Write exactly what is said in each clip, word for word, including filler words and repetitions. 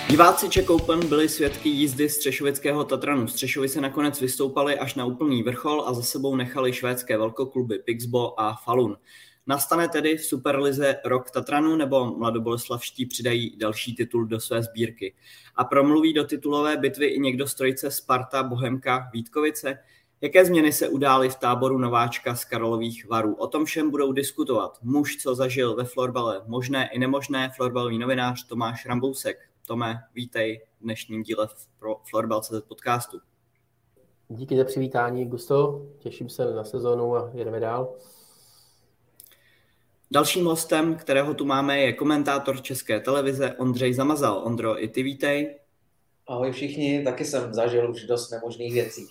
Diváci Czech Open byli svědky jízdy střešovického Tatranu. Střešovice nakonec vystoupali až na úplný vrchol a za sebou nechali švédské velkokluby Pixbo a Falun. Nastane tedy v Superlize rok Tatranu, nebo mladoboleslavští přidají další titul do své sbírky? A promluví do titulové bitvy i někdo z trojice Sparta, Bohemka, Vítkovice? Jaké změny se udály v táboru nováčka z Karlových Varů? O tom všem budou diskutovat muž, co zažil ve florbale možné i nemožné, florbalový novinář Tomáš Rambousek. Tome, vítej v dnešním díle pro Florbal tečka cé zet podcastu. Díky za přivítání, Gusto. Těším se na sezónu a jedeme dál. Dalším hostem, kterého tu máme, je komentátor České televize Ondřej Zamazal. Ondro, i ty vítej. Ahoj všichni, taky jsem zažil už dost nemožných věcí.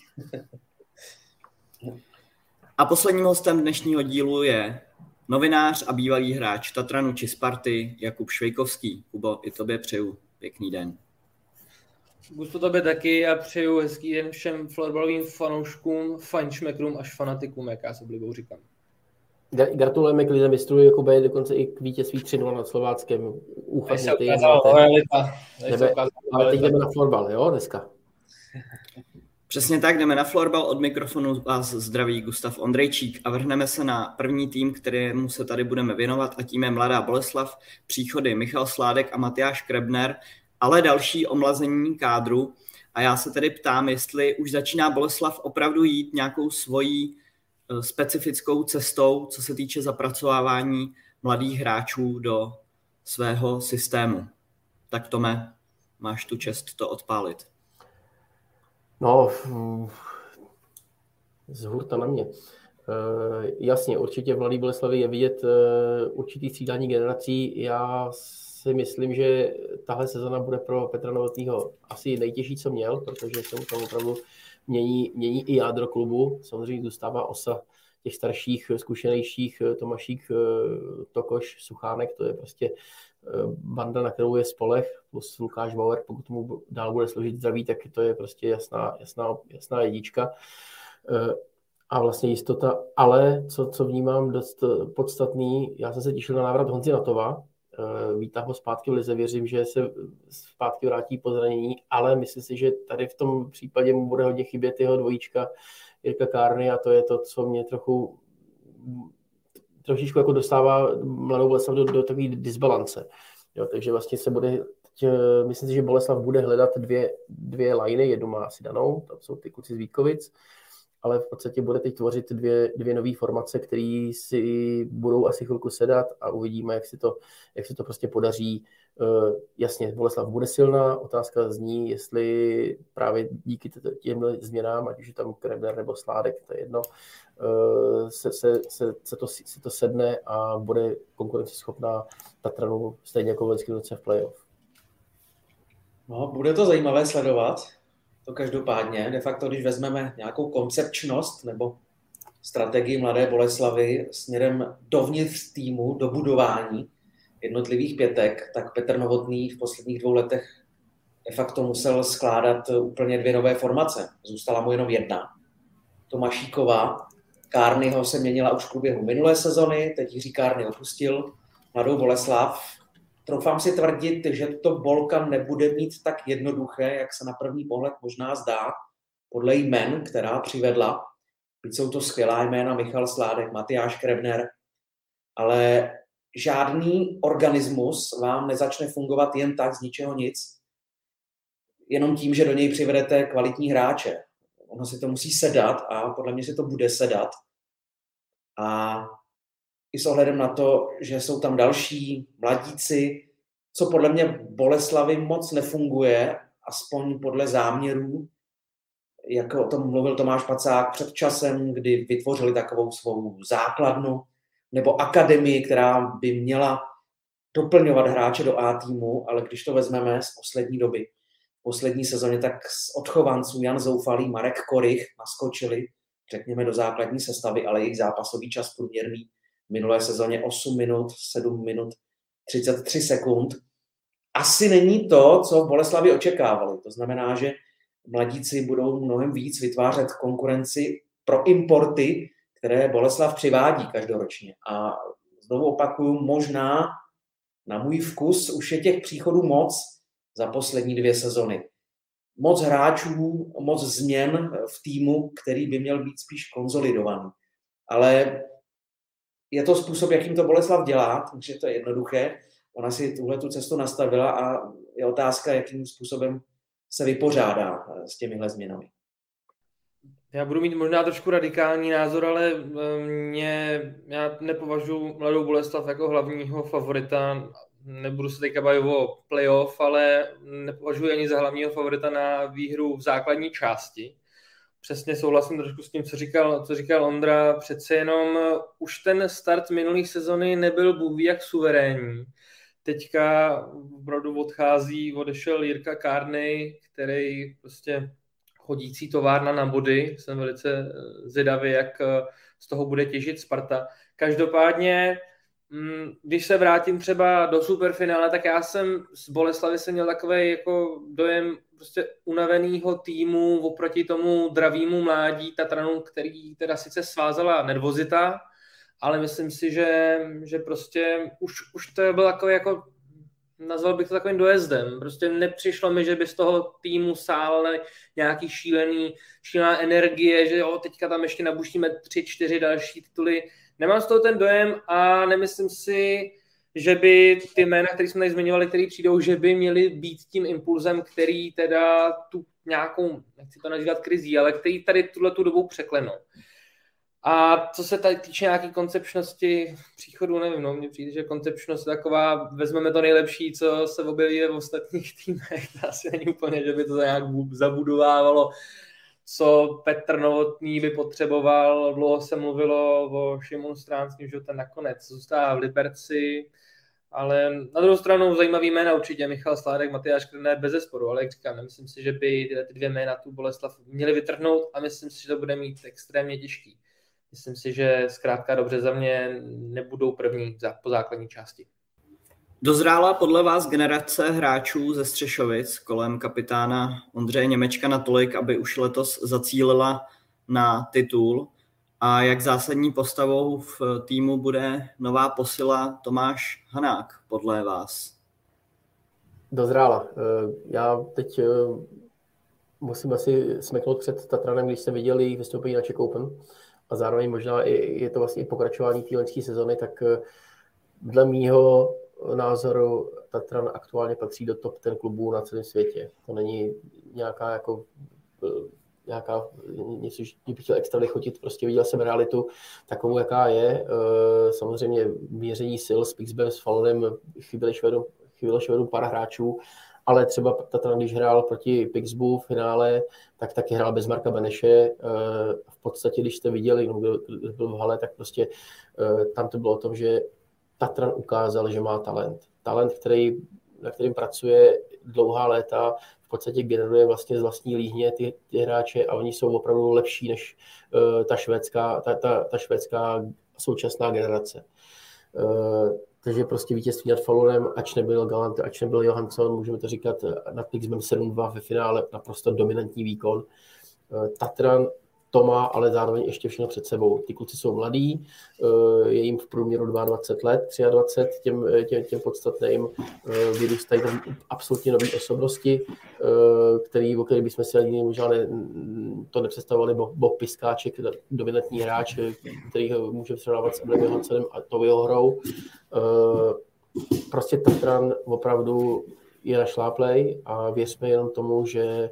A posledním hostem dnešního dílu je novinář a bývalý hráč Tatranu či Sparty Jakub Švejkovský. Kubo, i tobě přeju pěkný den. Gusto, tobě taky a přeju hezký den všem florbalovým fanouškům, fajnšmekrům až fanatikům, jak já s oblibou říkám. Gratulujeme k lize mistrů, Jakube, dokonce i k vítězství tři nula nad Slováckem. Úchvatně ty. Ale teď jdeme na florbal, jo, dneska. Přesně tak, jdeme na florbal. Od mikrofonu vás zdraví Gustav Ondrejčík a vrhneme se na první tým, kterému se tady budeme věnovat, a tím je Mladá Boleslav, příchody Michal Sládek a Matyáš Krebner, ale další omlazení kádru. A já se tedy ptám, jestli už začíná Boleslav opravdu jít nějakou svojí specifickou cestou, co se týče zapracovávání mladých hráčů do svého systému. Tak Tome, máš tu čest to odpálit. No, z hurta na mě. E, jasně, určitě v Mladé Boleslavi je vidět e, určitý střídání generací. Já si myslím, že tahle sezona bude pro Petra Novotnýho asi nejtěžší, co měl, protože se mu tam opravdu mění, mění i jádro klubu. Samozřejmě zůstává osa těch starších, zkušenějších, Tomášík, Tokoš, Suchánek, to je prostě banda, na kterou je spoleh, plus Lukáš Bauer, pokud mu dál bude složit zdraví, tak to je prostě jasná, jasná, jasná jednička a vlastně jistota. Ale co, co vnímám dost podstatný, já jsem se těšil na návrat Honzi Natova, vítám ho zpátky v lize, věřím, že se zpátky vrátí po zranění, ale myslím si, že tady v tom případě mu bude hodně chybět jeho dvojička Jirka Kárny a to je to, co mě trochu trošičku jako dostává Mladou Boleslav do, do takové disbalance. Jo, takže vlastně se bude, teď, myslím si, že Boleslav bude hledat dvě, dvě liny, jednu má asi danou, tam jsou ty kluci z Vítkovic, ale v podstatě bude teď tvořit dvě, dvě nové formace, které si budou asi chvilku sedat a uvidíme, jak si to, jak si to prostě podaří. Uh, jasně, Boleslav bude silná, otázka zní, jestli právě díky těm změnám, ať už je tam Krebner nebo Sládek, to je jedno, uh, se, se, se, se, to, se to sedne a bude konkurenceschopná Tatranu stejně jako v loňském roce v playoff. No, bude to zajímavé sledovat. To každopádně, de facto, když vezmeme nějakou koncepčnost nebo strategii Mladé Boleslavy směrem dovnitř týmu, do budování jednotlivých pětek, tak Petr Novotný v posledních dvou letech de facto musel skládat úplně dvě nové formace. Zůstala mu jenom jedna. Tomášíková, Kárnyho se měnila už v průběhu minulé sezony, teď Jiří Kárny opustil Mladou Boleslav. Troufám si tvrdit, že to Bolka nebude mít tak jednoduché, jak se na první pohled možná zdá, podle jmen, která přivedla. Byť jsou to skvělá jména, Michal Sládek, Matyáš Krebner, ale žádný organismus vám nezačne fungovat jen tak z ničeho nic, jenom tím, že do něj přivedete kvalitní hráče. Ono si to musí sedat a podle mě si to bude sedat. A i s ohledem na to, že jsou tam další mladíci, co podle mě Boleslavi moc nefunguje, aspoň podle záměrů, jak o tom mluvil Tomáš Pacák před časem, kdy vytvořili takovou svou základnu nebo akademii, která by měla doplňovat hráče do A týmu, ale když to vezmeme z poslední doby, v poslední sezóně, tak z odchovanců Jan Zoufalý, Marek Korych naskočili, řekněme, do základní sestavy, ale jejich zápasový čas průměrný v minulé sezóně osm minut, sedm minut, třicet tři sekund. Asi není to, co v Boleslavi očekávali. To znamená, že mladíci budou mnohem víc vytvářet konkurenci pro importy, které Boleslav přivádí každoročně. A znovu opakuju, možná na můj vkus už je těch příchodů moc za poslední dvě sezony. Moc hráčů, moc změn v týmu, který by měl být spíš konzolidovaný. Ale je to způsob, jakým to Boleslav dělá, takže to je jednoduché. Ona si tuhle tu cestu nastavila a je otázka, jakým způsobem se vypořádá s těmihle změnami. Já budu mít možná trošku radikální názor, ale mě, já nepovažuji Mladou Boleslav jako hlavního favorita. Nebudu se teďka bavit o playoff, ale nepovažuji ani za hlavního favorita na výhru v základní části. Přesně souhlasím trošku s tím, co říkal, co říkal Ondra. Přece jenom už ten start minulých sezony nebyl bůh ví jak suverénní. Teďka opravdu odchází, odešel Jirka Kárnej, který prostě chodící továrna na body. Jsem velice zvědavý, jak z toho bude těžit Sparta. Každopádně, když se vrátím třeba do superfinále, tak já jsem z Boleslavy jsem měl takový jako dojem prostě unavenýho týmu oproti tomu dravému mládí Tatranu, který teda sice svázala nervozita, ale myslím si, že, že prostě už, už to bylo takový jako, nazval bych to takovým dojezdem. Prostě nepřišlo mi, že by z toho týmu sály nějaký šílený, šílená energie, že jo, teďka tam ještě nabuštíme tři, čtyři další tituly. Nemám z toho ten dojem a nemyslím si, že by ty jména, které jsme tady zmiňovali, které přijdou, že by měly být tím impulzem, který teda tu nějakou, nechci to nazývat krizí, ale který tady tuhle tu dobu překlenou. A co se tady týče nějaké koncepčnosti příchodu, nevím, no, mně přijde, že koncepčnost je taková, vezmeme to nejlepší, co se objeví v ostatních týmech, to asi není úplně, že by to nějak zabudovávalo, co Petr Novotný by potřeboval, dlouho se mluvilo o Šimonu Stránským, že ten nakonec zůstává v Liberci, ale na druhou stranu zajímavý jména určitě, Michal Sládek, Matyáš Kryner bez zesporu, ale jak říkám, nemyslím si, že by tyhle ty dvě jména tu Boleslav měli vytrhnout a myslím si, že to bude mít extrémně těžký. Myslím si, že zkrátka dobře za mě nebudou první po základní části. Dozrála podle vás generace hráčů ze Střešovic kolem kapitána Ondřeje Němečka natolik, aby už letos zacílila na titul? A jak zásadní postavou v týmu bude nová posila Tomáš Hanák podle vás? Dozrála. Já teď musím asi smeknout před Tatranem, když jsem viděl jejich vystoupení na Czech Open a zároveň možná i, je to vlastně i pokračování té loňské sezony, tak dle mýho názoru Tatran aktuálně patří do top ten klubů na celém světě. To není nějaká jako nějaká něco, že bych chtěl extra lichotit, prostě viděl jsem realitu takovou, jaká je. Samozřejmě měření sil s Pixbem, s Falunem chybělo Švedům, chybělo Švedům pár hráčů, ale třeba Tatran, když hrál proti Pixbu v finále, tak taky hrál bez Marka Beneše. V podstatě, když jste viděli, no, kdo byl v hale, tak prostě tam to bylo o tom, že Tatran ukázal, že má talent. Talent, který, na kterým pracuje dlouhá léta, v podstatě generuje vlastně z vlastní líhně ty, ty hráče a oni jsou opravdu lepší než uh, ta švédská, ta, ta, ta švédská současná generace. Uh, takže prostě vítězství nad Falunem, ač nebyl Galant, ač nebyl Johansson, můžeme to říkat, nad Pixbem sedm dva ve finále, naprosto dominantní výkon. Uh, Tatran to má, ale zároveň ještě všechno před sebou. Ty kluci jsou mladí, je jim v průměru dvacet dva let, dvacet tři, těm, těm, těm podstatným vyrůstají tam absolutně nové osobnosti, který, o kterých bychom si ani možná ne, to nepředstavovali. Bob Piskáček, dominantní hráč, který může srovnávat s Emilem Johanssonem a tou jeho hrou. Prostě Tatran opravdu je našláplej a věřme jenom tomu, že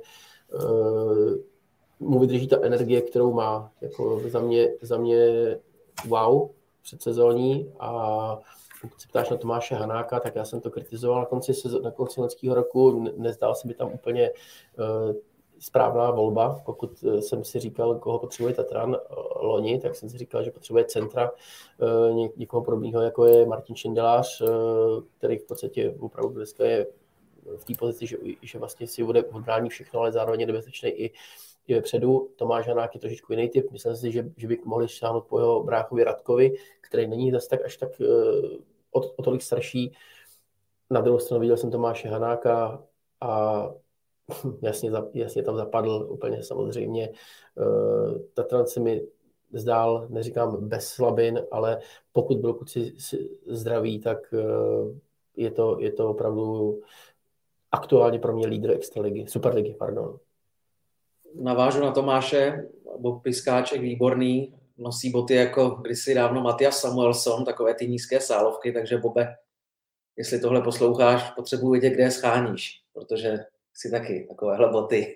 mu vydrží ta energie, kterou má. Jako za mě, za mě wow, předsezónní. A pokud se ptáš na Tomáše Hanáka, tak já jsem to kritizoval na konci, na konci loňského roku. Nezdál se mi tam úplně uh, správná volba. Pokud jsem si říkal, koho potřebuje Tatran loni, tak jsem si říkal, že potřebuje centra uh, ně, někoho podobného, jako je Martin Šindelář, uh, který v podstatě opravdu dneska je v té pozici, že, že vlastně si bude odbránit všechno, ale zároveň je nebezpečný i je vepředu. Tomáš Hanák je trošičku jiný typ. Myslím si, že, že by mohli šáhnout po jeho bráchovi Radkovi, který není zase tak až tak uh, o, o tolik starší. Na druhou stranu viděl jsem Tomáše Hanáka a jasně, jasně tam zapadl úplně samozřejmě. Uh, Tatran se mi zdál, neříkám bez slabin, ale pokud byl kluci zdraví, tak uh, je, to, je to opravdu aktuálně pro mě lídr extraligy, superligy, pardon. Navážu na Tomáše, Bob Piskáček výborný, nosí boty jako kdysi dávno Matias Samuelson, takové ty nízké sálovky, takže Bobe, jestli tohle posloucháš, potřebuji vědět, kde je scháníš, protože si taky takovéhle boty.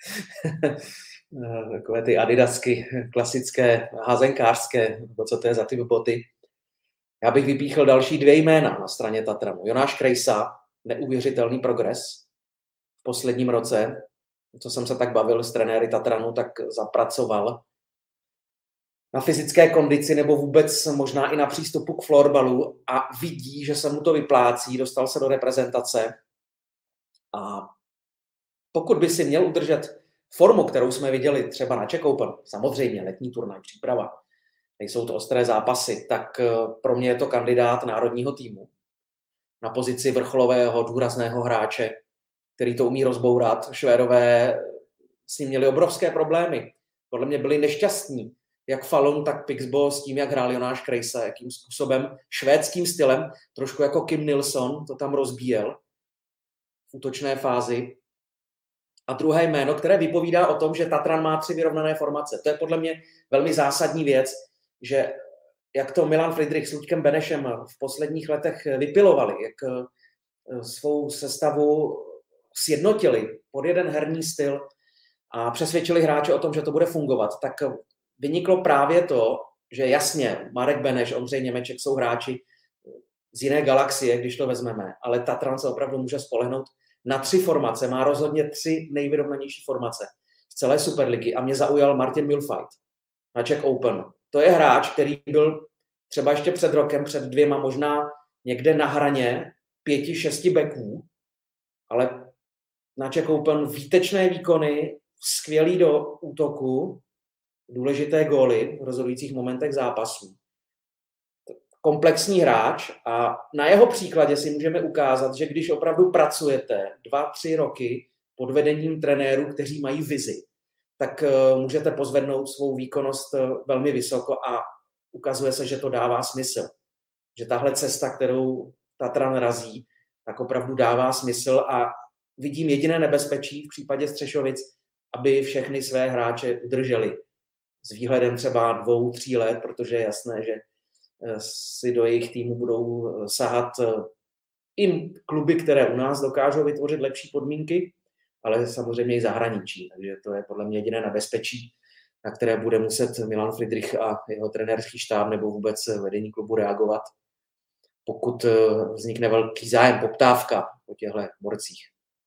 Takové ty adidasky klasické, házenkářské, nebo co to je za ty boty. Já bych vypíchl další dvě jména na straně Tatranu. Jonáš Krejsa, neuvěřitelný progres v posledním roce, co jsem se tak bavil s trenéry Tatranu, tak zapracoval na fyzické kondici nebo vůbec možná i na přístupu k florbalu a vidí, že se mu to vyplácí, dostal se do reprezentace a pokud by si měl udržet formu, kterou jsme viděli třeba na Czech Open, samozřejmě letní turnaj, příprava, nejsou to ostré zápasy, tak pro mě je to kandidát národního týmu na pozici vrcholového, důrazného hráče, který to umí rozbourat. Švédové s ním měli obrovské problémy. Podle mě byli nešťastní, jak Falun, tak Pixbo s tím, jak hrál Jonáš Krejsa, jakým způsobem, švédským stylem, trošku jako Kim Nilsson, to tam rozbíjel v útočné fázi. A druhé jméno, které vypovídá o tom, že Tatran má tři vyrovnané formace. To je podle mě velmi zásadní věc, že jak to Milan Friedrich s Luďkem Benešem v posledních letech vypilovali, jak svou sestavu sjednotili pod jeden herní styl a přesvědčili hráče o tom, že to bude fungovat, tak vyniklo právě to, že jasně, Marek Beneš, Ondřej Němeček jsou hráči z jiné galaxie, když to vezmeme, ale Tatran se opravdu může spolehnout na tři formace, má rozhodně tři nejvyrovnanější formace z celé Superligy a mě zaujal Martin Mühlfeit na Czech Open. To je hráč, který byl třeba ještě před rokem, před dvěma, možná někde na hraně pěti, šesti backů, ale na Czech Open výtečné výkony, skvělý do útoku, důležité góly v rozhodujících momentech zápasů. Komplexní hráč a na jeho příkladě si můžeme ukázat, že když opravdu pracujete dva, tři roky pod vedením trenérů, kteří mají vizi, tak můžete pozvednout svou výkonnost velmi vysoko a ukazuje se, že to dává smysl. Že tahle cesta, kterou Tatran razí, tak opravdu dává smysl a vidím jediné nebezpečí v případě Střešovic, aby všechny své hráče udrželi s výhledem třeba dvou, tří let, protože je jasné, že si do jejich týmu budou sahat i kluby, které u nás dokážou vytvořit lepší podmínky, ale samozřejmě i zahraničí. Takže to je podle mě jediné nebezpečí, na které bude muset Milan Friedrich a jeho trenérský štáb nebo vůbec vedení klubu reagovat, pokud vznikne velký zájem, poptávka po těchto borcích.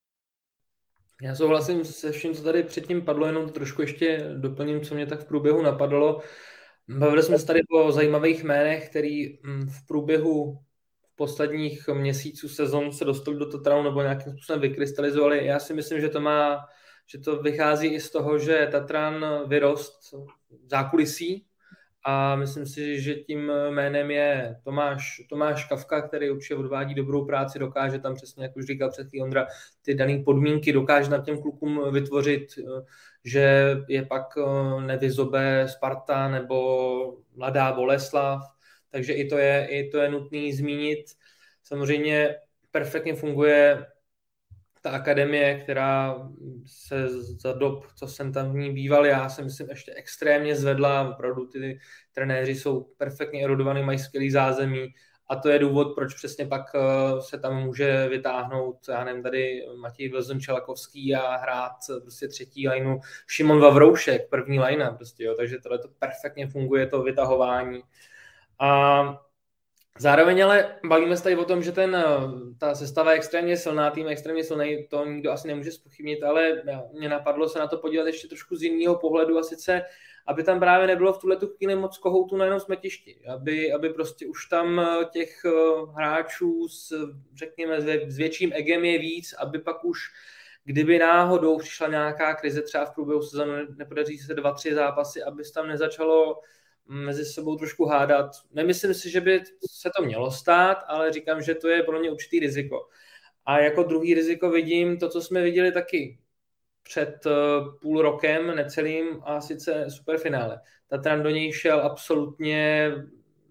Já souhlasím se vším, co tady předtím padlo, jenom to trošku ještě doplním, co mě tak v průběhu napadlo. Bavili jsme se tady o zajímavých jménech, který v průběhu posledních měsíců sezon se dostali do Tatranu nebo nějakým způsobem vykrystalizovali. Já si myslím, že to má, že to vychází i z toho, že Tatran vyrost v zákulisí a myslím si, že tím jménem je Tomáš, Tomáš Kafka, který určitě odvádí dobrou práci, dokáže tam přesně, jak už říkal před chvílí Ondra, ty dané podmínky dokáže na těm klukům vytvořit, že je pak nevyzobe Sparta nebo mladá Boleslav, takže i to je, i to je nutný zmínit. Samozřejmě perfektně funguje ta akademie, která se za dob, co jsem tam v ní býval, já si myslím, ještě extrémně zvedla. Opravdu ty trenéři jsou perfektně erudovaní, mají skvělý zázemí a to je důvod, proč přesně pak se tam může vytáhnout, já nevím, tady Matěj Vilzon-Čelakovský a hrát prostě třetí lineu Šimon Vavroušek, první linea prostě, jo, takže tohle to perfektně funguje, to vytahování. A zároveň ale bavíme se tady o tom, že ten, ta sestava je extrémně silná, tým je extrémně silný, to nikdo asi nemůže zpochybnit, ale mě napadlo se na to podívat ještě trošku z jiného pohledu a sice, aby tam právě nebylo v tuhletu chvíli moc kohoutů na jenom smetišti, aby, aby prostě už tam těch hráčů s, řekněme, s větším egem je víc, aby pak už, kdyby náhodou přišla nějaká krize třeba v průběhu sezóny, nepodaří se dva, tři zápasy, aby se tam nezačalo mezi sebou trošku hádat. Nemyslím si, že by se to mělo stát, ale říkám, že to je pro mě určitý riziko. A jako druhý riziko vidím to, co jsme viděli taky před půl rokem, necelým, a sice superfinále. Tatran do něj šel absolutně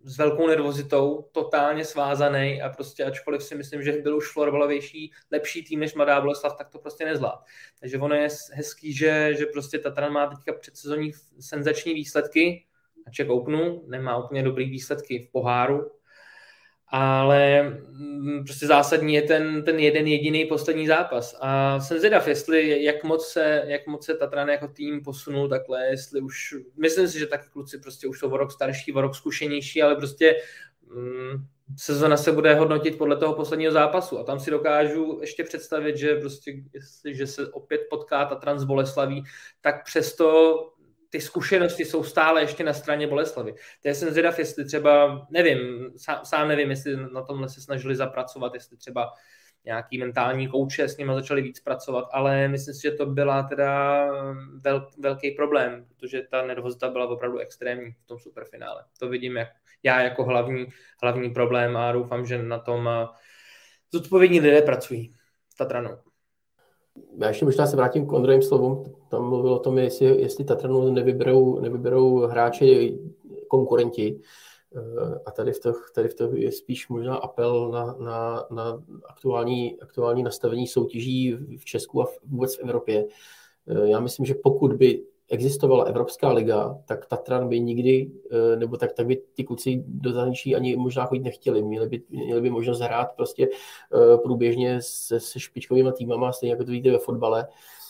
s velkou nervozitou, totálně svázaný a prostě ačkoliv si myslím, že byl už florbalovější, lepší tým než Mladá Boleslav, tak to prostě nezvlád. Takže ono je hezký, že, že prostě Tatran má teďka předsezonní senzační výsledky, a Czech Openu nemá úplně dobrý výsledky v poháru, ale prostě zásadní je ten, ten jeden jediný poslední zápas. A jsem zvědav, jestli jak moc se, jak moc se Tatran jako tým posunul takhle, jestli už, myslím si, že taky kluci prostě už jsou o rok starší, o rok zkušenější, ale prostě mm, sezona se bude hodnotit podle toho posledního zápasu a tam si dokážu ještě představit, že prostě jestliže se opět potká Tatran s Boleslaví, tak přesto ty zkušenosti jsou stále ještě na straně Boleslavy. Já jsem zvědav, jestli třeba, nevím, sám, sám nevím, jestli na tomhle se snažili zapracovat, jestli třeba nějaký mentální kouče s nimi začali víc pracovat, ale myslím si, že to byla teda vel, velký problém, protože ta nervozita byla opravdu extrémní v tom superfinále. To vidím jak, já jako hlavní, hlavní problém a doufám, že na tom zodpovědní lidé pracují v Tatranu. Já ještě možná se vrátím k Ondřejím slovům. Tam mluvil o tom, jestli, jestli Tatranu nevyberou, nevyberou hráči konkurenti. A tady v to, tady v to je spíš možná apel na, na, na aktuální, aktuální nastavení soutěží v Česku a vůbec v Evropě. Já myslím, že pokud by existovala Evropská liga, tak Tatran by nikdy, nebo tak, tak by ty kluci do zahraničí ani možná chodit nechtěli. Měli by, měli by možnost hrát prostě průběžně se, se špičkovými týmama, stejně jako to vidíte ve fotbale.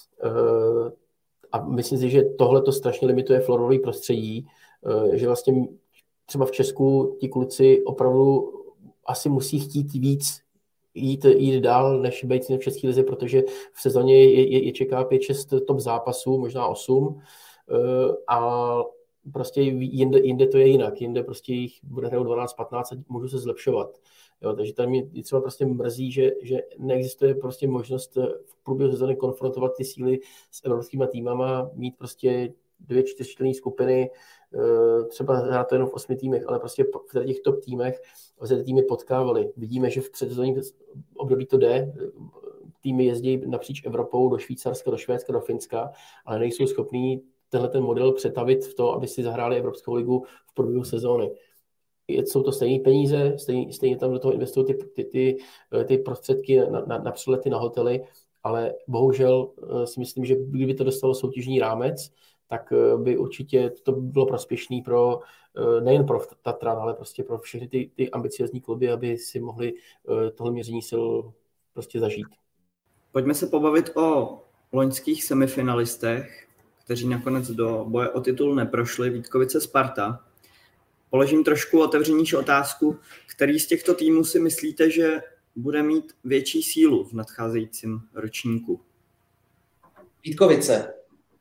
A myslím si, že tohle to strašně limituje florový prostředí, že vlastně třeba v Česku ti kluci opravdu asi musí chtít víc jít, jít dál, než být v české lize, protože v sezóně je, je, je čeká pět šest top zápasů, možná osm, a prostě jinde, jinde to je jinak, jinde prostě jich bude hrát dvanáct patnáct a můžu se zlepšovat. Jo, takže tam mě třeba prostě mrzí, že, že neexistuje prostě možnost v průběhu sezóny konfrontovat ty síly s evropskými týmama, mít prostě dvě čtyřčlenné skupiny, třeba hrát to jenom v osmi týmech, ale prostě v těch top týmech se ty týmy potkávali. Vidíme, že v předsezónním období to jde, týmy jezdí napříč Evropou do Švýcarska, do Švédska, do Finska, ale nejsou schopní tenhle ten model přetavit v to, aby si zahráli Evropskou ligu v průběhu sezóny. Jsou to stejné peníze, stejně, stejně tam do toho investují ty, ty, ty, ty prostředky na, na, na přelety na hotely, ale bohužel si myslím, že kdyby to dostalo soutěžní rámec, tak by určitě to bylo prospěšný pro, nejen pro Tatran, ale prostě pro všechny ty, ty ambiciozní kluby, aby si mohli tohle měření sil prostě zažít. Pojďme se pobavit o loňských semifinalistech, kteří nakonec do boje o titul neprošli, Vítkovice Sparta. Položím trošku otevřenější otázku, který z těchto týmů si myslíte, že bude mít větší sílu v nadcházejícím ročníku? Vítkovice.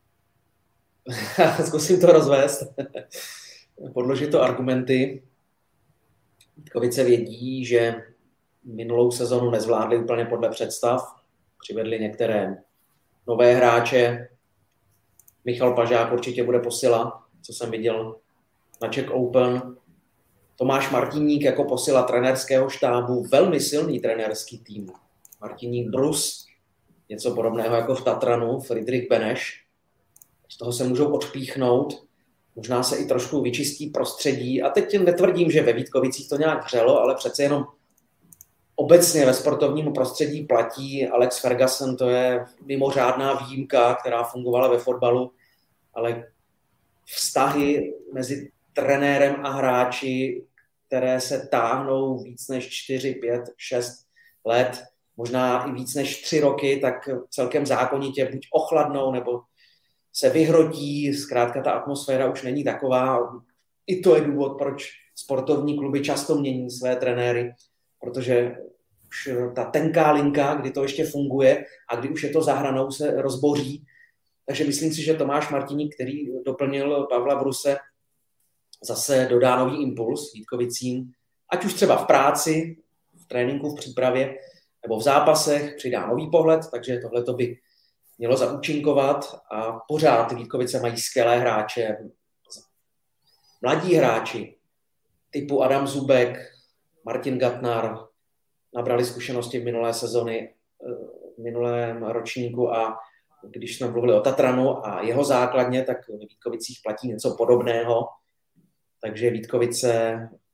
Zkusím to rozvést. Podložit to argumenty. Vítkovice vědí, že minulou sezonu nezvládli úplně podle představ. Přivedli některé nové hráče. Michal Pažák určitě bude posila, co jsem viděl na Czech Open. Tomáš Martiník jako posila trenérského štábu, velmi silný trenérský tým. Martiník Brus, něco podobného jako v Tatranu, Friedrich Beneš. Z toho se můžou odpíchnout, možná se i trošku vyčistí prostředí. A teď netvrdím, že ve Vítkovicích to nějak hřelo, ale přece jenom obecně ve sportovním prostředí platí. Alex Ferguson, to je mimořádná výjimka, která fungovala ve fotbalu, ale vztahy mezi trenérem a hráči, které se táhnou víc než čtyři, pět, šest let, možná i víc než tři roky, tak celkem zákonitě buď ochladnou, nebo se vyhrotí, zkrátka ta atmosféra už není taková. I to je důvod, proč sportovní kluby často mění své trenéry, protože už ta tenká linka, kdy to ještě funguje a kdy už je to za hranou, se rozboří. Takže myslím si, že Tomáš Martiník, který doplnil Pavla Bruse, zase dodá nový impuls Vítkovicím, ať už třeba v práci, v tréninku, v přípravě, nebo v zápasech, přidá nový pohled, takže tohle to by mělo zaúčinkovat a pořád ty Vítkovice mají skvělé hráče. Mladí hráči typu Adam Zubek, Martin Gatnar nabrali zkušenosti v minulé sezony, v minulém ročníku a když jsme mluvili o Tatranu a jeho základně, tak v Vítkovicích platí něco podobného. Takže Vítkovice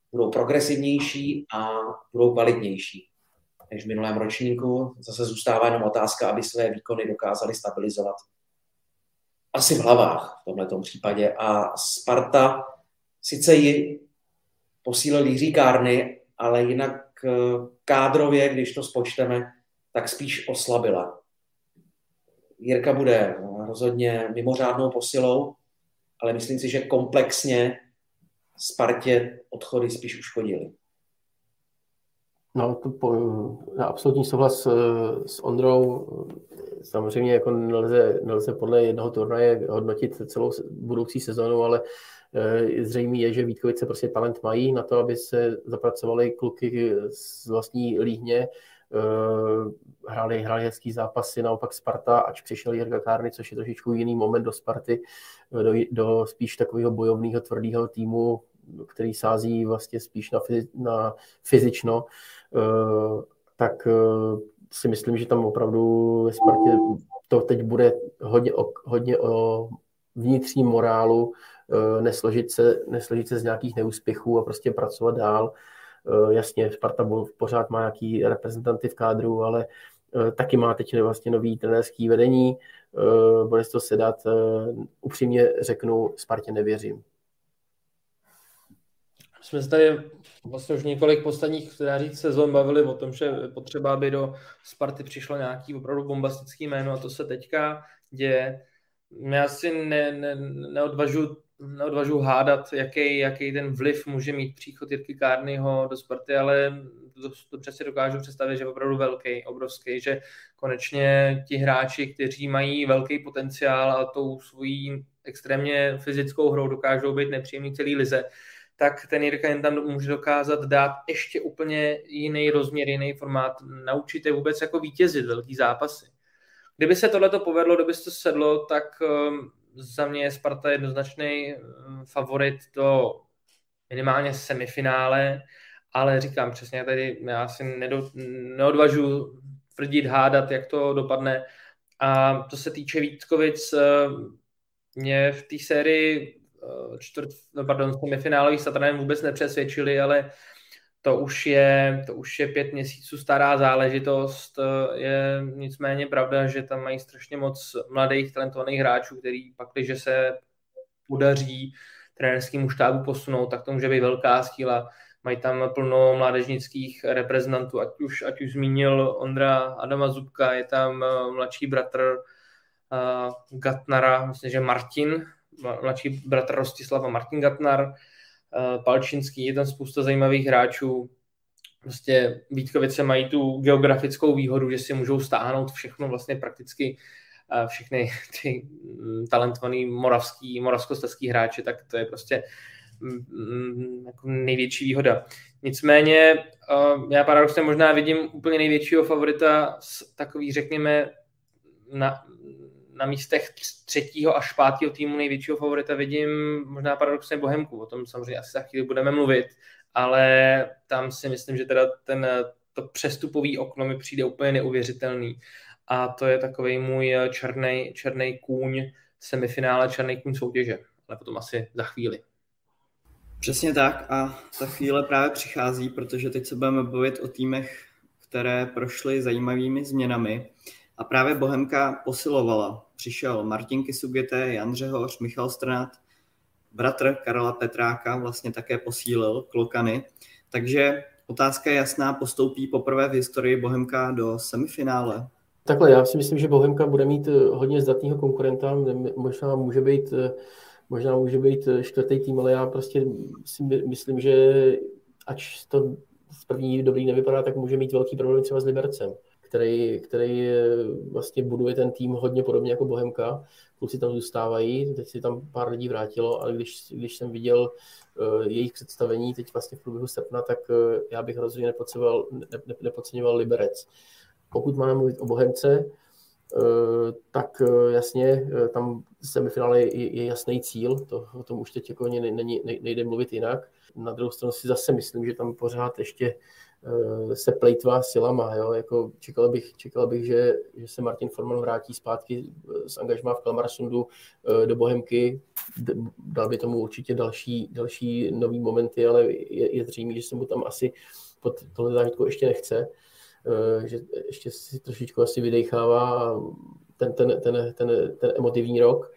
budou progresivnější a budou kvalitnější než v minulém ročníku. Zase zůstává jenom otázka, aby své výkony dokázali stabilizovat. Asi v hlavách v tomhletom případě. A Sparta sice ji posílil Jiří Kárny, ale jinak kádrově, když to spočteme, tak spíš oslabila. Jirka bude rozhodně mimořádnou posilou, ale myslím si, že komplexně Spartě odchody spíš uškodily. No, to po, na absolutní souhlas s Ondrou. Samozřejmě jako nelze, nelze podle jednoho turnaje hodnotit celou budoucí sezonu, ale zřejmě je, že Vítkovice prostě talent mají na to, aby se zapracovali kluky z vlastní líhně, hráli, hráli hezký zápasy, naopak Sparta, ač přišel Jirka Kárny, což je trošičku jiný moment do Sparty, do, do spíš takového bojovného, tvrdého týmu, který sází vlastně spíš na, fyzi, na fyzično, tak si myslím, že tam opravdu ve Spartě to teď bude hodně o, hodně o vnitřním morálu, nesložit se, nesložit se z nějakých neúspěchů a prostě pracovat dál. Jasně, Sparta pořád má nějaký reprezentanty v kádru, ale taky má teď vlastně nový trenérský vedení. Bude se to sedat. Upřímně řeknu, Spartě nevěřím. Jsme se tady vlastně už několik posledních, dá říct, sezon bavili o tom, že potřeba, aby do Sparty přišlo nějaký opravdu bombastický jméno a to se teďka děje. Já si ne, ne, neodvažu, neodvažu hádat, jaký, jaký ten vliv může mít příchod Jirky Kárnyho do Sparty, ale to, to přesně dokážu představit, že je opravdu velký, obrovský, že konečně ti hráči, kteří mají velký potenciál a tou svojí extrémně fyzickou hrou dokážou být nepříjemný celý lize, tak ten Jirka jen tam může dokázat dát ještě úplně jiný rozměr, jiný formát, naučit je vůbec jako vítězit velký zápasy. Kdyby se tohleto povedlo, kdyby se to sedlo, tak um, za mě je Sparta jednoznačný um, favorit do minimálně semifinále, ale říkám přesně tady, já si nedo, neodvažu tvrdit, hádat, jak to dopadne. A to se týče Vítkovic, mě v té sérii čtvrt, pardon, semifinálových Satranem vůbec nepřesvědčili, ale to už je, to už je pět měsíců stará záležitost. Je nicméně pravda, že tam mají strašně moc mladých, talentovaných hráčů, který pak, když se podaří trenérskému štábu posunout, tak to může být velká síla. Mají tam plno mládežnických reprezentantů, ať už, ať už zmínil Ondra Adama Zubka, je tam mladší bratr uh, Gatnara, myslím, že Martin, mladší bratr Rostislava Martin Gatnar, uh, Palčinský, je tam spousta zajímavých hráčů. Prostě Vítkovice mají tu geografickou výhodu, že si můžou stáhnout všechno, vlastně prakticky uh, všechny ty talentovaný moravský, moravskoslezský hráči, tak to je prostě jako největší výhoda. Nicméně já paradoxně možná vidím úplně největšího favorita z takových, řekněme, na, na místech třetího až pátého týmu největšího favorita vidím možná paradoxně Bohemku. O tom samozřejmě asi za chvíli budeme mluvit, ale tam si myslím, že teda ten, to přestupový okno mi přijde úplně neuvěřitelný. A to je takovej můj černej, černej kůň semifinále, černej kůň soutěže. Ale potom asi za chvíli. Přesně tak a ta chvíle právě přichází, protože teď se budeme bavit o týmech, které prošly zajímavými změnami a právě Bohemka posilovala. Přišel Martin Kisugeté, Jan Řehoř, Michal Strnad, bratr Karla Petráka vlastně také posílil Klokany, takže otázka je jasná, postoupí poprvé v historii Bohemka do semifinále. Takhle, já si myslím, že Bohemka bude mít hodně zdatného konkurenta, možná může být Možná může být čtvrtý tým, ale já prostě si myslím, že ač to z první dobrý nevypadá, tak může mít velký problém třeba s Libercem, který, který vlastně buduje ten tým hodně podobně jako Bohemka. Kluci tam zůstávají, teď si tam pár lidí vrátilo, ale když, když jsem viděl uh, jejich představení teď vlastně v průběhu srpna, tak uh, já bych rozhodně nepodceňoval, ne, nepodceňoval Liberec. Pokud máme mluvit o Bohemce, tak jasně, tam semifinále je, je jasný cíl, to, o tom už teď jako není, nejde mluvit jinak. Na druhou stranu si zase myslím, že tam pořád ještě se plejtvá silama. Jo? Jako čekal bych, čekal bych že, že se Martin Forman vrátí zpátky z angažmá v Kalmarsundu do Bohemky. Dal by tomu určitě další, další nový momenty, ale je, je zřejmé, že se mu tam asi pod tohle zážitku ještě nechce. Že ještě si trošičku asi vydechává ten, ten, ten, ten, ten emotivní rok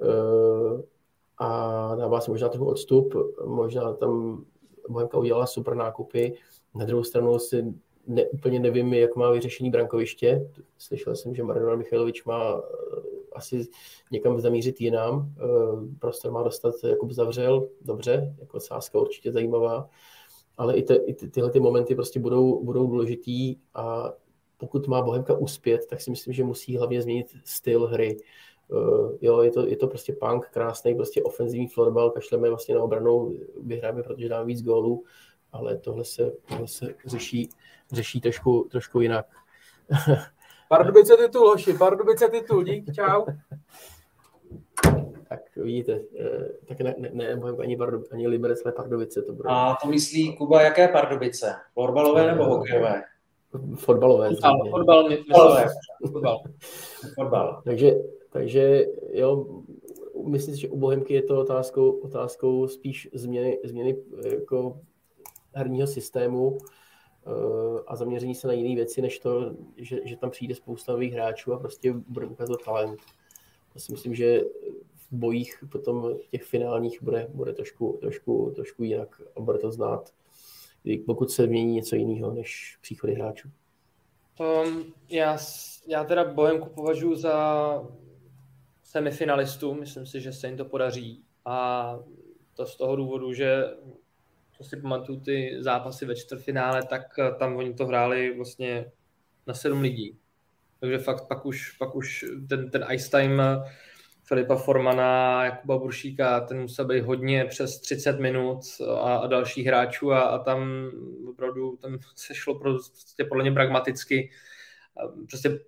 a dává si možná trochu odstup. Možná tam Bohemka udělala super nákupy. Na druhou stranu si ne, úplně nevím, jak má vyřešení brankoviště. Slyšel jsem, že Marian Michajlovič má asi někam zamířit jinam. Prostor má dostat, Jakub zavřel, dobře, jako sázka určitě zajímavá. Ale i, te, i ty, tyhle ty momenty prostě budou, budou důležitý a pokud má Bohemka uspět, tak si myslím, že musí hlavně změnit styl hry. Uh, jo, je to, je to prostě punk, krásný, prostě ofenzivní florbal, kašleme vlastně na obranu, vyhráme, protože dáme víc gólů, ale tohle se, tohle se řeší, řeší trošku, trošku jinak. Pardubice titul, hoši, Pardubice titul, dík, čau. Tak vidíte, tak ne, ne, ne ani, Pardubice, ani Liberec, ale Pardubice to bude. A to myslí Kuba, jaké Pardubice? Florbalové nebo hokejové? Fotbalové. Fotbal, fotbal, fotbal, fotbal. Fotbal. Takže, takže jo, myslím si, že u Bohemky je to otázkou, otázkou spíš změny, změny jako herního systému a zaměření se na jiné věci, než to, že, že tam přijde spousta nových hráčů a prostě bude ukázat talent. Já si myslím, že v bojích potom těch finálních bude, bude trošku, trošku, trošku jinak a bude to znát, pokud se mění něco jiného než příchody hráčů. Um, já, já teda Bohemku považuji za semifinalistu, myslím si, že se jim to podaří a to z toho důvodu, že to si pamatuju ty zápasy ve čtvrtfinále, tak tam oni to hráli vlastně na sedm lidí. Takže fakt pak už, pak už ten, ten ice time Filipa Formana, Jakuba Buršíka, ten musel být hodně přes třicet minut a, a dalších hráčů a, a tam opravdu tam se šlo prostě podle mě pragmaticky prostě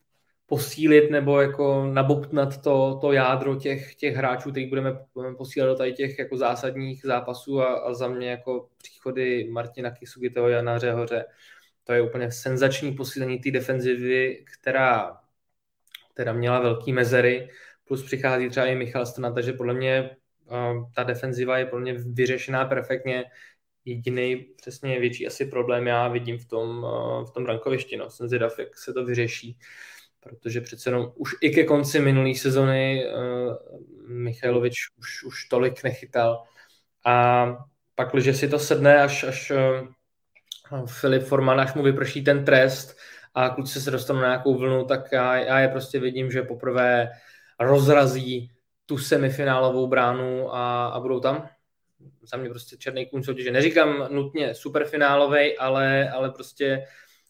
posílit nebo jako nabobtnat to, to jádro těch, těch hráčů, kterých budeme, budeme posílat do tady těch jako zásadních zápasů a, a za mě jako příchody Martina Kisugiteho, Jana Řehoře. To je úplně senzační posílení té defenzivy, která, která měla velký mezery, plus přichází třeba i Michal Strnad, takže podle mě uh, ta defenziva je podle mě vyřešená perfektně. Jediný přesně větší asi problém já vidím v tom, uh, v tom brankovišti. No. Jsem zvědav, jak se to vyřeší, protože přece jenom už i ke konci minulé sezony uh, Michajlovič už, už tolik nechytal. A pak, když si to sedne, až, až uh, Filip Forman, až mu vyprší ten trest a kluci se dostanou na nějakou vlnu, tak já, já je prostě vidím, že poprvé rozrazí tu semifinálovou bránu a, a budou tam. Za mě prostě černý kůň soutěže. Neříkám nutně superfinálovej, ale, ale prostě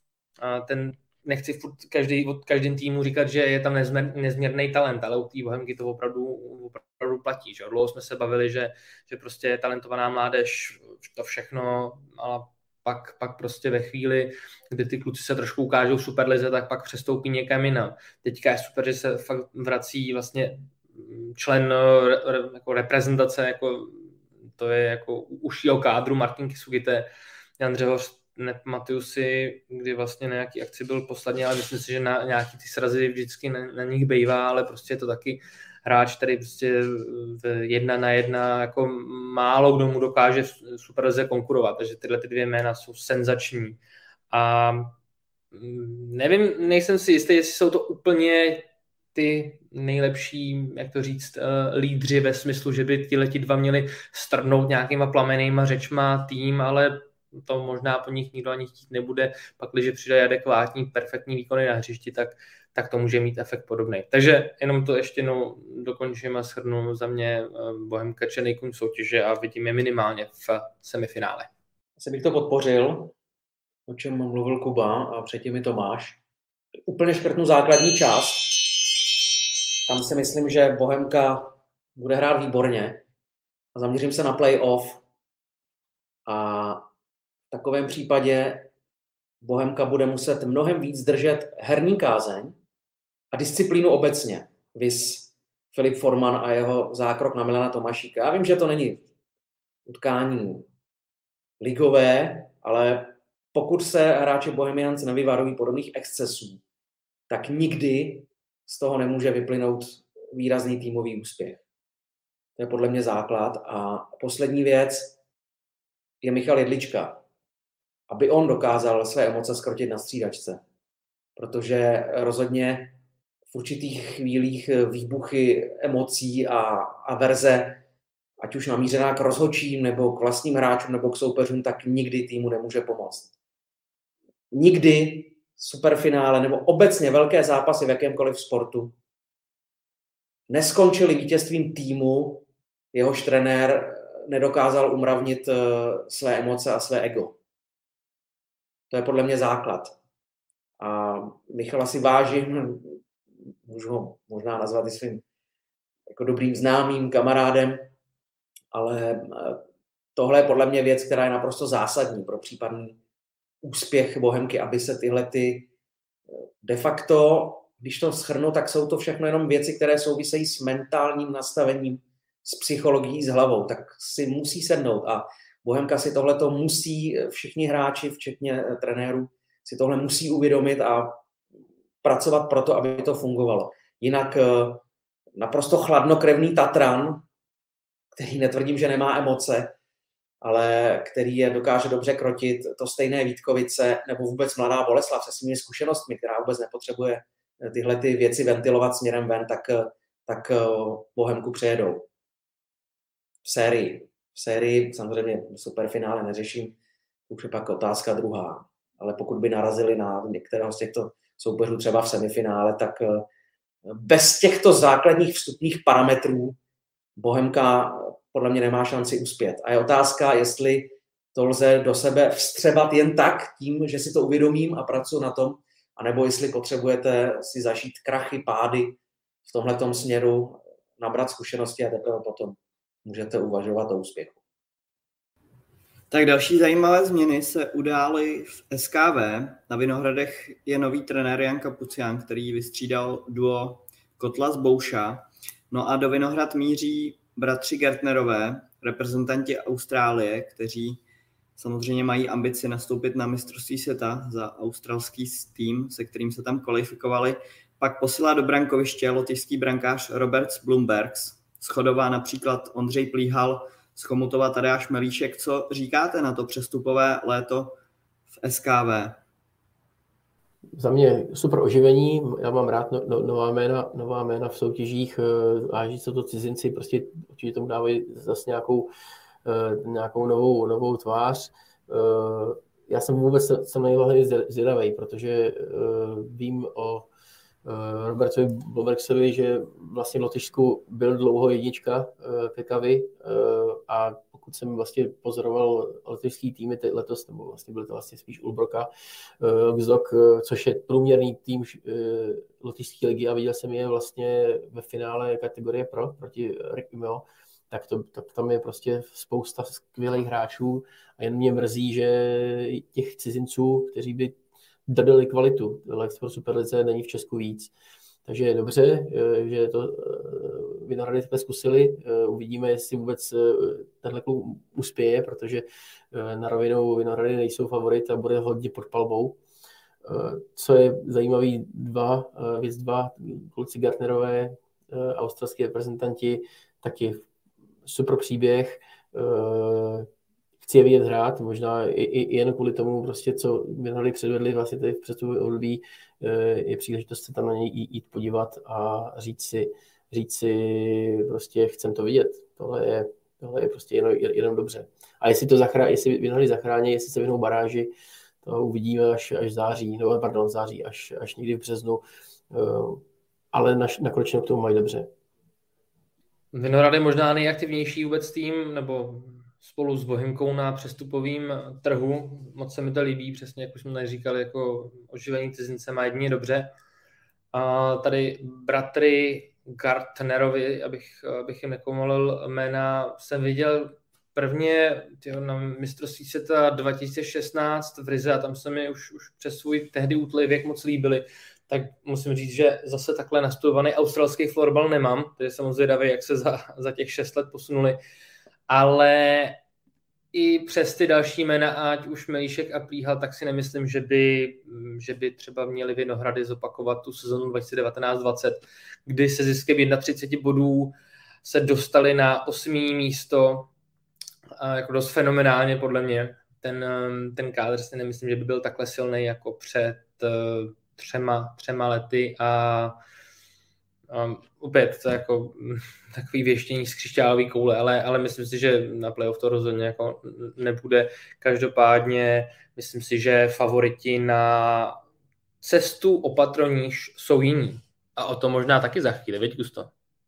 ten, nechci furt každý, od každým týmu říkat, že je tam nezměr, nezměrný talent, ale u té Bohemky to opravdu, opravdu platí. Že? Dlouho jsme se bavili, že, že prostě je talentovaná mládež, to všechno, ale pak, pak prostě ve chvíli, kdy ty kluci se trošku ukážou v Superlize, tak pak přestoupí někam jinam. Teďka je super, že se fakt vrací vlastně člen jako reprezentace, jako to je jako užšího kádru Martin Kisugite, Jan Řehoř, nepamatuju si, kdy vlastně na nějaký akci byl poslední, ale myslím si, že na nějaký ty srazy vždycky na, na nich bejvá, ale prostě je to taky hráč, který prostě jedna na jedna, jako málo kdo mu dokáže v Superlize konkurovat, takže tyhle ty dvě jména jsou senzační. A nevím, nejsem si jistý, jestli jsou to úplně ty nejlepší, jak to říct, lídři ve smyslu, že by tihleti dva měli strhnout nějakýma plamenýma řečma tým, ale to možná po nich nikdo ani chtít nebude. Pak, když přidají adekvátní, perfektní výkony na hřišti, tak, tak to může mít efekt podobný. Takže jenom to ještě jednou dokončím a shrnu za mě Bohemka černý kůň soutěže a vidím je minimálně v semifinále. Asi bych to podpořil, o čem mluvil Kuba a předtím i Tomáš. Úplně škrtnu základní část. Tam si myslím, že Bohemka bude hrát výborně a zaměřím se na play-off. A v takovém případě Bohemka bude muset mnohem víc držet herní kázeň a disciplínu obecně. Viz Filip Forman a jeho zákrok na Milana Tomašíka. Já vím, že to není utkání ligové, ale pokud se hráči Bohemians nevyvarují podobných excesů, tak nikdy z toho nemůže vyplynout výrazný týmový úspěch. To je podle mě základ. A poslední věc je Michal Jedlička. Aby on dokázal své emoce skrotit na střídačce. Protože rozhodně v určitých chvílích výbuchy emocí a averze, ať už namířená k rozhodčím, nebo k vlastním hráčům, nebo k soupeřům, tak nikdy týmu nemůže pomoct. Nikdy superfinále nebo obecně velké zápasy v jakémkoliv sportu neskončily vítězstvím týmu, jehož trenér nedokázal umravnit své emoce a své ego. To je podle mě základ. A Michala si vážím, můžu ho možná nazvat i svým jako dobrým známým kamarádem, ale tohle je podle mě věc, která je naprosto zásadní pro případný úspěch Bohemky, aby se tyhle ty de facto, když to shrnu, tak jsou to všechno jenom věci, které souvisejí s mentálním nastavením, s psychologií, s hlavou, tak si musí sednout a Bohemka si tohleto musí, všichni hráči, včetně trenérů, si tohle musí uvědomit a pracovat pro to, aby to fungovalo. Jinak naprosto chladnokrevný Tatran, který netvrdím, že nemá emoce, ale který je dokáže dobře krotit, to stejné Vítkovice nebo vůbec Mladá Boleslav se svými zkušenostmi, která vůbec nepotřebuje tyhle ty věci ventilovat směrem ven, tak, tak Bohemku přejedou. V sérii. V sérii samozřejmě superfinále neřeším, už je pak otázka druhá. Ale pokud by narazili na některého z těchto soupeřů třeba v semifinále, tak bez těchto základních vstupních parametrů Bohemka podle mě nemá šanci uspět. A je otázka, jestli to lze do sebe vstřebat jen tak, tím, že si to uvědomím a pracuji na tom, anebo jestli potřebujete si zažít krachy, pády v tomhletom směru, nabrat zkušenosti a teprve potom můžete uvažovat o úspěchu. Tak další zajímavé změny se udály v S K V. Na Vinohradech je nový trenér Jan Kapucián, který vystřídal duo Kotla z Bouša. No a do Vinohrad míří bratři Gertnerové, reprezentanti Austrálie, kteří samozřejmě mají ambici nastoupit na mistrovství světa za australský tým, se kterým se tam kvalifikovali. Pak posílá do brankoviště lotyšský brankář Robert Blumbergs, shodová například Ondřej Plíhal, z Chomutova Tadeáš Melíšek. Co říkáte na to přestupové léto v S K V? Za mě super oživení, já mám rád no, no, nová, jména, nová jména v soutěžích, váží se to cizinci, prostě určitě tomu dávají zase nějakou, nějakou novou, novou tvář. Já jsem vůbec jsem nejhlavně zvědavý, protože vím o Robertovi Blumbergsovi, že vlastně v Lotyšsku byl dlouho jednička Pekavy a pokud jsem vlastně pozoroval lotyšský týmy letos, nebo vlastně byl to vlastně spíš Ulbroka, Gzok, což je průměrný tým lotyšské ligy a viděl jsem je vlastně ve finále kategorie pro proti Rikmio, tak, to, tak tam je prostě spousta skvělých hráčů a jen mě mrzí, že těch cizinců, kteří by dodali kvalitu. V Superlize není v Česku víc. Takže je dobře, že to Vinohrady jsme zkusili. Uvidíme, jestli vůbec tenhle klub uspěje, protože na rovinu Vinohrady nejsou favorit a bude hodně pod palbou. Co je zajímavý, dva, věc dva, kluci Gartnerové, australský reprezentanti, taky super příběh. Chci je vidět hrát, možná i, i jen kvůli tomu, prostě, co Vinohrady předvedli vlastně tady v přestupovém období, je příležitost se tam na něj jít podívat a říct si, říct si prostě chcem to vidět. Tohle je, tohle je prostě jenom, jenom dobře. A jestli to zachrání, jestli Vinohrady zachrání, jestli se vyhnou baráži, to uvidíme až, až září, no pardon, září, až, až někdy v březnu, ale naš, nakonec k tomu mají dobře. Vinohrady možná nejaktivnější vůbec tým, nebo spolu s Bohemkou na přestupovým trhu. Moc se mi to líbí, přesně jak už jsme tady říkali, jako oživení cizince má jedině dobře. A tady bratry Gartnerovi, abych, abych jim nekomolil jména, jsem viděl prvně tyjo, na mistrovství světa dva tisíce šestnáct v Rize a tam se mi už, už přes svůj tehdy útlej věk moc líbili. tak musím říct, že zase takhle nastudovaný australský florbal nemám, takže jsem zvědavý, jak se za, za těch šest let posunuli, ale i přes ty další jména, ať už Melíšek a Plíhal, tak si nemyslím, že by, že by třeba měli Vinohrady zopakovat tu sezonu dva tisíce devatenáct dvacet, kdy se ziskem třicet jedna bodů se dostali na osmý místo, jako dost fenomenálně podle mě. Ten, ten kádr si nemyslím, že by byl takhle silný jako před třema, třema lety a Um, opět to je jako takový věštění z křišťálové koule, ale, ale myslím si, že na playoff to rozhodně jako nebude. Každopádně myslím si, že favoriti na cestu opatroníž jsou jiní. A o to možná taky za chvíli, viď, Gusto?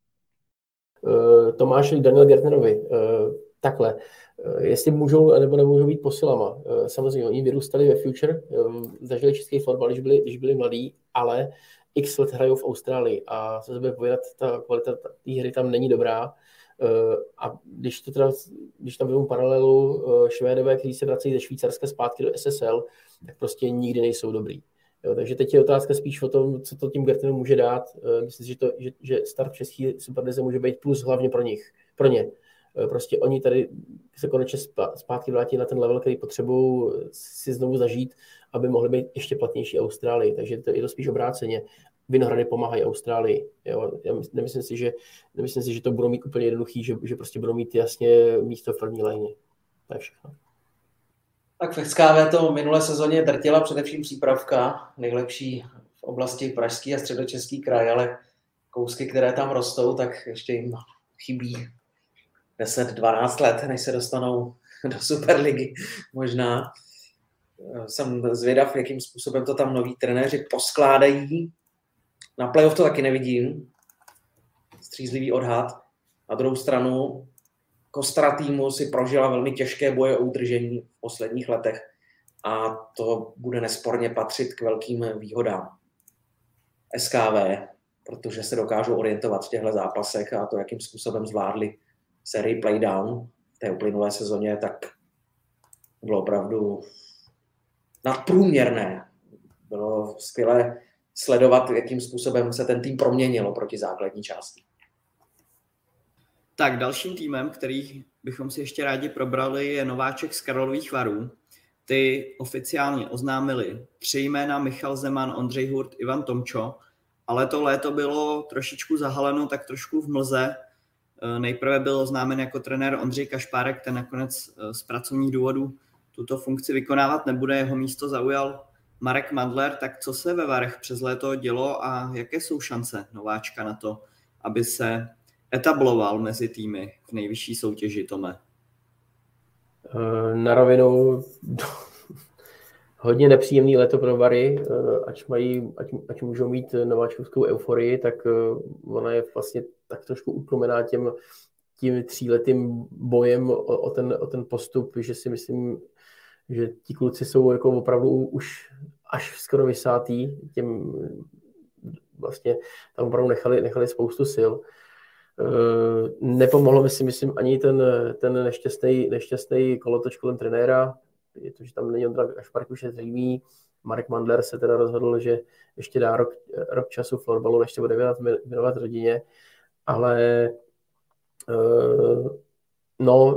Uh, Tomáš Daniel Gertnerovi. Uh, takhle. Uh, jestli můžou nebo nemůžou být posilama. Uh, samozřejmě, oni vyrůstali ve Future, uh, zažili český fotbal, když byli, když byli mladí, ale x let hrajou v Austrálii a co se bude povědat, ta kvalita té hry tam není dobrá. A když, to teda, když tam vezmu paralelu Švédové, kteří se vrací ze Švýcarska zpátky do S S L, tak prostě nikdy nejsou dobrý. Jo, takže teď je otázka spíš o tom, co to tím Gertenu může dát. Myslím si, že, to, že, že start v české superlize může být plus hlavně pro nich, pro ně. Prostě oni tady se konečně zpátky vrátí na ten level, který potřebují si znovu zažít, aby mohli být ještě platnější Austrálii. Takže to je to spíš obráceně. Vinohrady pomáhají Austrálii. Jo? Já nemyslím si, že, nemyslím si, že to budou mít úplně jednoduchý, že, že prostě budou mít jasně místo v první léně. To je všechno. Tak v F K V to minulé sezóně drtila především přípravka, nejlepší v oblasti pražský a středočeský kraj, ale kousky, které tam rostou, tak ještě jim chybí deset dvanáct let, než se dostanou do Superligy možná. Jsem zvědav, jakým způsobem to tam noví trenéři poskládají. Na playoff to taky nevidím. Střízlivý odhad. Na druhou stranu kostra týmu si prožila velmi těžké boje o udržení v posledních letech a to bude nesporně patřit k velkým výhodám S K V, protože se dokážou orientovat v těchto zápasech a to, jakým způsobem zvládli sérii playdown v té uplynulé sezóně, tak bylo opravdu nadprůměrné. Bylo skvělé sledovat, jakým způsobem se ten tým proměnil proti základní části. Tak dalším týmem, který bychom si ještě rádi probrali, je nováček z Karlových Varů. Ty oficiálně oznámili tři jména: Michal Zeman, Ondřej Hurt, Ivan Tomčo, ale to léto bylo trošičku zahaleno tak trošku v mlze. Nejprve byl oznámen jako trenér Ondřej Kašpárek, ten nakonec z pracovních důvodů tuto funkci vykonávat nebude, jeho místo zaujal Marek Mandler. Tak co se ve Varech přes léto dělo a jaké jsou šance nováčka na to, aby se etabloval mezi týmy v nejvyšší soutěži, Tome? Na rovinu hodně nepříjemný léto pro Vary, ať, mají, ať, ať můžou mít nováčkovskou euforii, tak ona je vlastně tak trošku utlumená těm, tím tříletým bojem o, o, ten, o ten postup, že si myslím, že ti kluci jsou jako opravdu už až skoro vysátý, těm vlastně tam opravdu nechali, nechali spoustu sil. Nepomohlo mi si myslím ani ten, ten nešťastný, nešťastný kolotoč kolem trenéra, je to, že tam není Ondra Kašpárek, už je zřejmý. Marek Mandler se teda rozhodl, že ještě dá rok, rok času florbalu, než se bude věnovat, věnovat rodině, ale no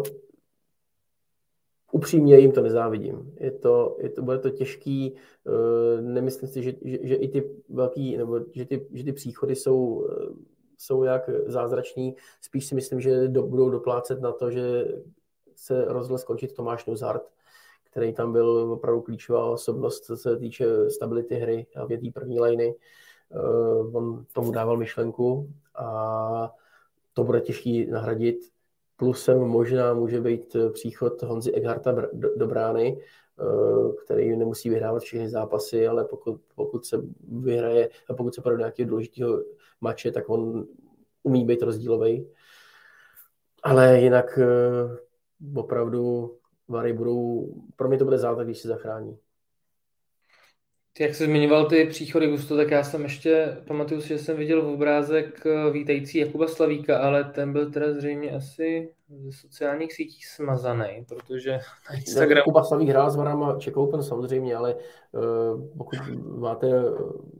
upřímně jim to nezávidím. Je to, je to, bude to těžký, nemyslím si, že, že, že i ty velký, nebo že ty, že ty příchody jsou jsou jak zázrační. Spíš si myslím, že do, budou doplácet na to, že se rozhodl skončit Tomáš Nuzart, který tam byl opravdu klíčová osobnost, co se týče stability hry a v té první liny. Uh, on tomu dával myšlenku a to bude těžký nahradit. Plusem možná může být příchod Honzy Eggharta do, do brány, uh, který nemusí vyhrávat všechny zápasy, ale pokud, pokud se vyhraje a pokud se půjde do nějakého důležitého mače, tak on umí být rozdílový. Ale jinak uh, opravdu Vary budou, pro mě to bude záležet, když se zachrání. Ty, jak jsi zmiňoval ty příchody, Gusto, tak já jsem ještě, pamatuju si, že jsem viděl v obrázek vítající Jakuba Slavíka, ale ten byl teda zřejmě asi ze sociálních sítí smazaný, protože na Instagramu... Jakuba Slavík hrál s Varama Czech Open samozřejmě, ale uh, pokud máte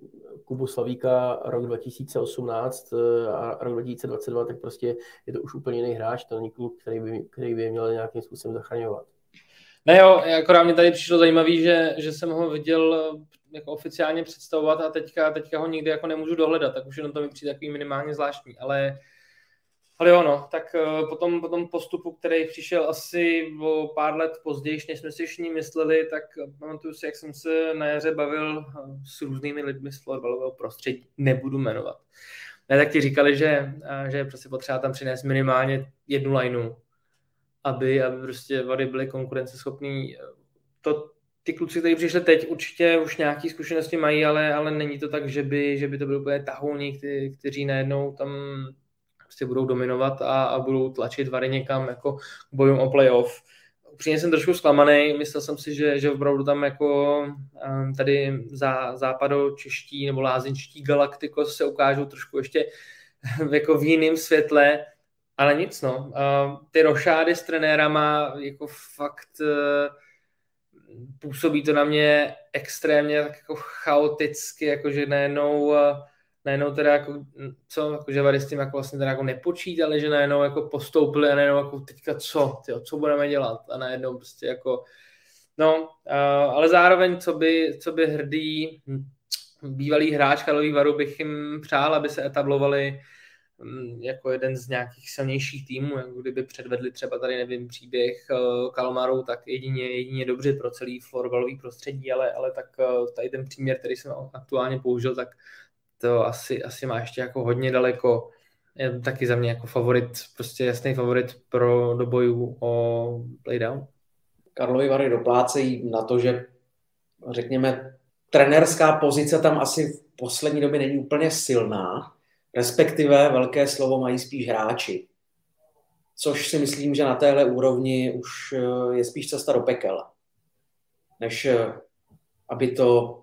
Kubu Slavíka rok dva tisíce osmnáct a rok dva tisíce dvacet dva, tak prostě je to už úplně jiný hráč, to není klub, který by, který by měl nějakým způsobem zachraňovat. Ne jo, akorát mě tady přišlo zajímavý, že, že jsem ho viděl jako oficiálně představovat a teďka, teďka ho nikdy jako nemůžu dohledat, tak už jenom to mi přijde takový minimálně zvláštní, ale Ale jo, no, tak potom, potom postupu, který přišel asi o pár let později, než jsme si všichni mysleli, tak pamatuju si, jak jsem se na jaře bavil s různými lidmi z florbalového prostředí, nebudu jmenovat. Ne, tak ti říkali, že, že je prostě potřeba tam přinést minimálně jednu lineu, aby, aby prostě Vary byly konkurenceschopný. To, ty kluci, kteří přišli teď, určitě už nějaké zkušenosti mají, ale, ale není to tak, že by, že by to byly úplně tahouni, kteří, kteří najednou tam prostě budou dominovat a, a budou tlačit Vary někam jako bojům o playoff. Upřímně jsem trošku zklamaný, myslel jsem si, že, že opravdu tam jako um, tady zá, západočeští nebo lázeňští Galacticos se ukážou trošku ještě jako v jiném světle, ale nic no. Uh, ty rošády s trenérama jako fakt uh, působí to na mě extrémně tak jako chaoticky, jakože najednou uh, najednou teda jako, co, jako, že Vary s tím jako vlastně teda jako nepočítali, že najednou jako postoupili a najednou jako teďka co, tyjo, co budeme dělat a najednou prostě jako, no, uh, ale zároveň, co by, co by hrdý bývalý hráč Karlových Varů bych jim přál, aby se etablovali um, jako jeden z nějakých silnějších týmů, jako kdyby předvedli třeba tady, nevím, příběh uh, Kalmaru, tak jedině, jedině dobře pro celý florbalový prostředí, ale, ale tak uh, tady ten příměr, který jsem aktuálně použil, tak to asi, asi má ještě jako hodně daleko. Je taky za mě jako favorit, prostě jasný favorit pro do bojů o playdown. Karlovy Vary doplácejí na to, že řekněme trenérská pozice tam asi v poslední době není úplně silná, respektive velké slovo mají spíš hráči. Což si myslím, že na téhle úrovni už je spíš cesta do pekel, než aby to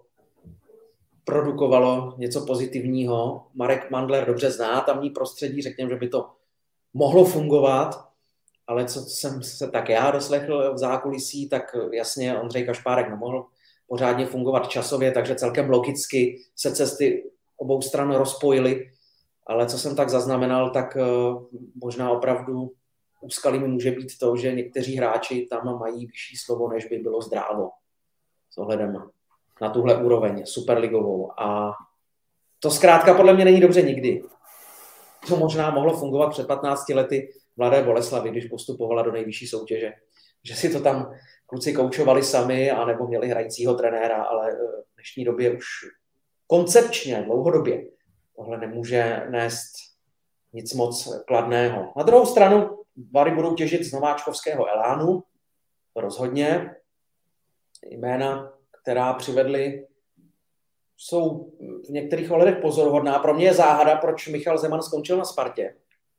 produkovalo něco pozitivního. Marek Mandler dobře zná tamní prostředí, řekněme, že by to mohlo fungovat, ale co jsem se tak já doslechl v zákulisí, tak jasně Ondřej Kašpárek nemohl pořádně fungovat časově, takže celkem logicky se cesty obou stran rozpojily, ale co jsem tak zaznamenal, tak možná opravdu úskalím může být to, že někteří hráči tam mají vyšší slovo, než by bylo zdrávo s ohledem na tuhle úroveň superligovou. A to zkrátka podle mě není dobře nikdy. To možná mohlo fungovat před patnácti lety Mladé Boleslavi, když postupovala do nejvyšší soutěže. Že si to tam kluci koučovali sami, anebo měli hrajícího trenéra, ale v dnešní době už koncepčně, dlouhodobě tohle nemůže nést nic moc kladného. Na druhou stranu Vary budou těžit z nováčkovského elánu, rozhodně. Jména, která přivedli, jsou v některých ohledech pozoruhodná. Pro mě je záhada, proč Michal Zeman skončil na Spartě.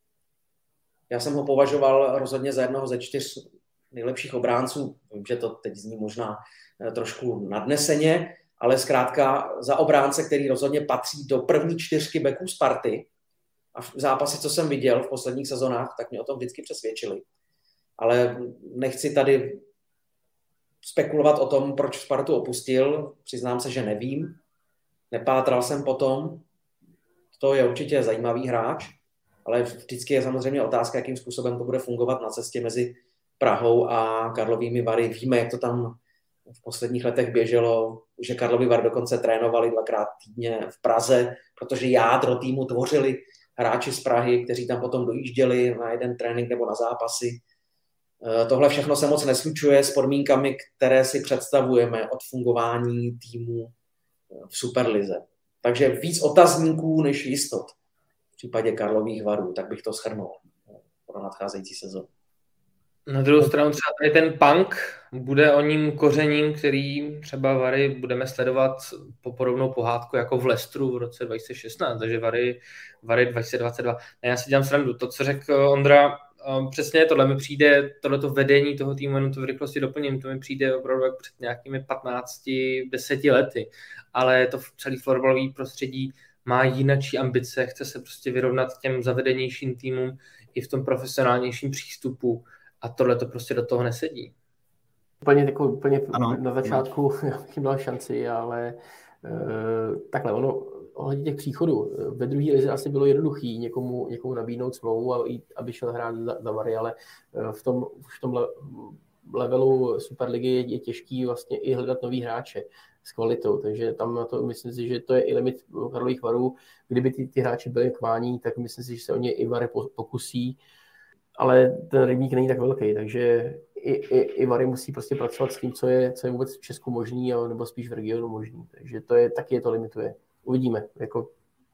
Já jsem ho považoval rozhodně za jednoho ze čtyř nejlepších obránců. Vím, že to teď zní možná trošku nadneseně, ale zkrátka za obránce, který rozhodně patří do první čtyřky beků Sparty. A v zápasy, co jsem viděl v posledních sezonách, tak mě o tom vždycky přesvědčili. Ale nechci tady spekulovat o tom, proč Spartu opustil. Přiznám se, že nevím. Nepátral jsem potom. To je určitě zajímavý hráč, ale vždycky je samozřejmě otázka, jakým způsobem to bude fungovat na cestě mezi Prahou a Karlovými Vary. Víme, jak to tam v posledních letech běželo, že Karlovy Vary dokonce trénovali dvakrát týdně v Praze, protože jádro týmu tvořili hráči z Prahy, kteří tam potom dojížděli na jeden trénink nebo na zápasy. Tohle všechno se moc neslučuje s podmínkami, které si představujeme od fungování týmu v Superlize. Takže víc otazníků než jistot v případě Karlových Varů, tak bych to shrnul pro nadcházející sezónu. Na druhou stranu třeba tady ten punk bude o ním kořením, který třeba Vary budeme sledovat po podobnou pohádku jako v Leicesteru v roce dva tisíce šestnáct, takže Vary, Vary dva tisíce dvacet dva. Ne, já si dělám srandu. To, co řekl Ondra, přesně tohle mi přijde, tohleto vedení toho týmu, jenom to v rychlosti doplním, to mi přijde opravdu jak před nějakými patnácti, deseti lety, ale to v celý florbalový prostředí má jinačí ambice, chce se prostě vyrovnat těm zavedenějším týmům i v tom profesionálnějším přístupu a tohle to prostě do toho nesedí. Úplně, jako, úplně ano, na začátku bych měl šanci, ale uh, takhle ono, ohledně těch příchodů. Ve druhé lize asi bylo jednoduchý někomu, někomu nabídnout smlouvu, a aby šel hrát za, za Vary, ale v tom, v tom levelu Superligy je, je těžký vlastně i hledat nový hráče s kvalitou, takže tam na to myslím si, že to je i limit Karlových Varů. Kdyby ty, ty hráči byli kvání, tak myslím si, že se o ně i Vary pokusí, ale ten rybník není tak velký, takže i, i, i Vary musí prostě pracovat s tím, co je, co je vůbec v Česku možný, nebo spíš v regionu možný, takže to je, taky je to limituje. Uvidíme, jako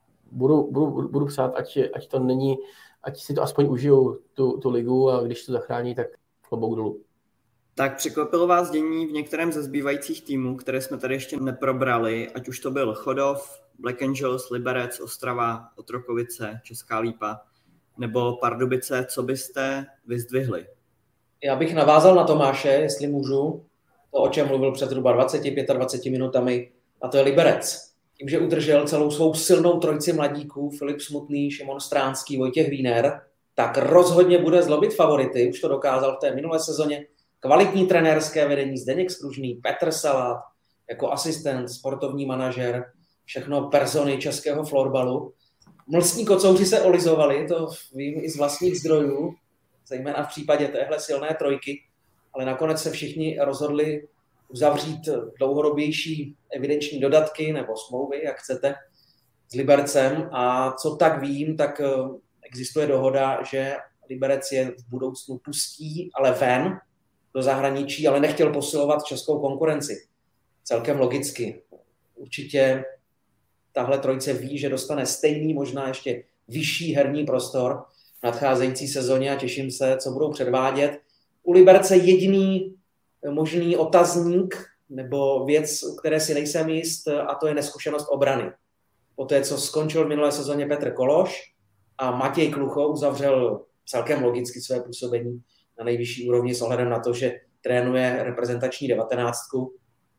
budu, budu, budu psát, ať, ať to není, ať si to aspoň užijou tu, tu ligu, a když to zachrání, tak klobouk dolů. Tak překvapilo vás dění v některém ze zbývajících týmů, které jsme tady ještě neprobrali, ať už to byl Chodov, Black Angels, Liberec, Ostrava, Otrokovice, Česká Lípa nebo Pardubice, co byste vyzdvihli? Já bych navázal na Tomáše, jestli můžu, to, o čem mluvil před zhruba dvacet až dvacet pět minutami, a to je Liberec. Tím, že udržel celou svou silnou trojici mladíků, Filip Smutný, Šimon Stránský, Vojtěch Wiener, tak rozhodně bude zlobit favority, už to dokázal v té minulé sezóně. Kvalitní trenérské vedení, Zdeněk Skružný, Petr Salát, jako asistent, sportovní manažer, všechno persony českého florbalu. Mlsní kocouři se olizovali, to vím i z vlastních zdrojů, zejména v případě téhle silné trojky, ale nakonec se všichni rozhodli uzavřít dlouhodobější evidenční dodatky nebo smlouvy, jak chcete, s Libercem. A co tak vím, tak existuje dohoda, že Liberec je v budoucnu pustí, ale ven, do zahraničí, ale nechtěl posilovat českou konkurenci. Celkem logicky. Určitě tahle trojice ví, že dostane stejný, možná ještě vyšší herní prostor v nadcházející sezóně a těším se, co budou předvádět. U Liberce jediný možný otazník nebo věc, které si nejsem jist, a to je neskušenost obrany. Poté, co skončil v minulé sezóně Petr Kološ a Matěj Klucho uzavřel celkem logicky své působení na nejvyšší úrovni s ohledem na to, že trénuje reprezentační devatenáctku,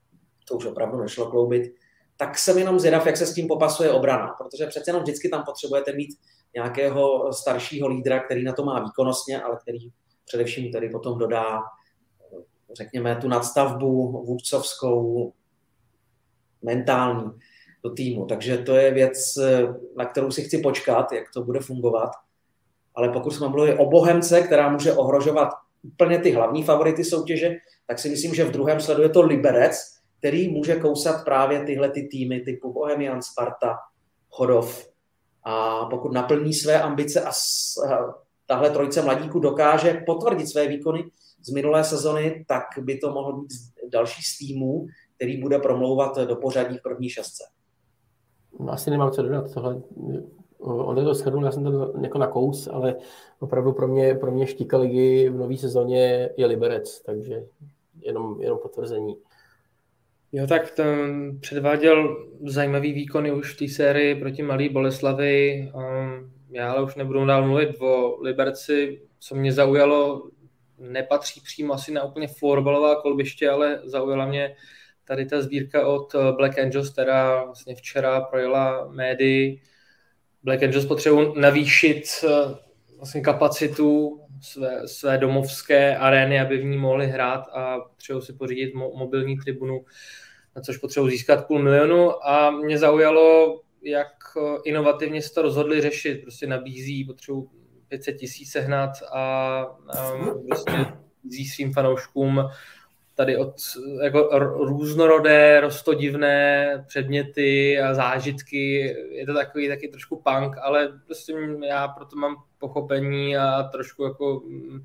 to už opravdu nešlo kloubit, tak jsem jenom zvědav, jak se s tím popasuje obrana, protože přece jenom vždycky tam potřebujete mít nějakého staršího lídra, který na to má výkonnostně, ale který především tedy potom dodá, řekněme, tu nadstavbu vůdcovskou, mentální do týmu. Takže to je věc, na kterou si chci počkat, jak to bude fungovat. Ale pokud jsme mluvili o Bohemce, která může ohrožovat úplně ty hlavní favority soutěže, tak si myslím, že v druhém sleduje to Liberec, který může kousat právě tyhle ty týmy typu Bohemian, Sparta, Chodov. A pokud naplní své ambice a tahle trojice mladíků dokáže potvrdit své výkony z minulé sezony, tak by to mohl být další z týmů, který bude promlouvat do pořadí v první šestce. Asi nemám co dodat. Tohle, on je to shrnul, já jsem to jako na kous, ale opravdu pro mě, pro mě štíka ligy v nové sezóně je Liberec, takže jenom, jenom potvrzení. Jo, tak ten předváděl zajímavý výkony už v té sérii proti Malý Boleslavi. Já ale už nebudu dál mluvit o Liberci. Co mě zaujalo, nepatří přímo asi na úplně florbalová kolbiště, ale zaujala mě tady ta sbírka od Black Angels, která vlastně včera projela médii. Black Angels potřebují navýšit vlastně kapacitu své, své domovské arény, aby v ní mohli hrát, a potřebují si pořídit mo- mobilní tribunu, na což potřebují získat půl milionu. A mě zaujalo, jak inovativně se to rozhodli řešit. Prostě nabízí, potřebují pět set tisíc sehnat a, a prostě nabízí svým fanouškům tady od jako různorodé, rostodivné předměty a zážitky. Je to takový taky trošku punk, ale prostě já proto mám pochopení a trošku jako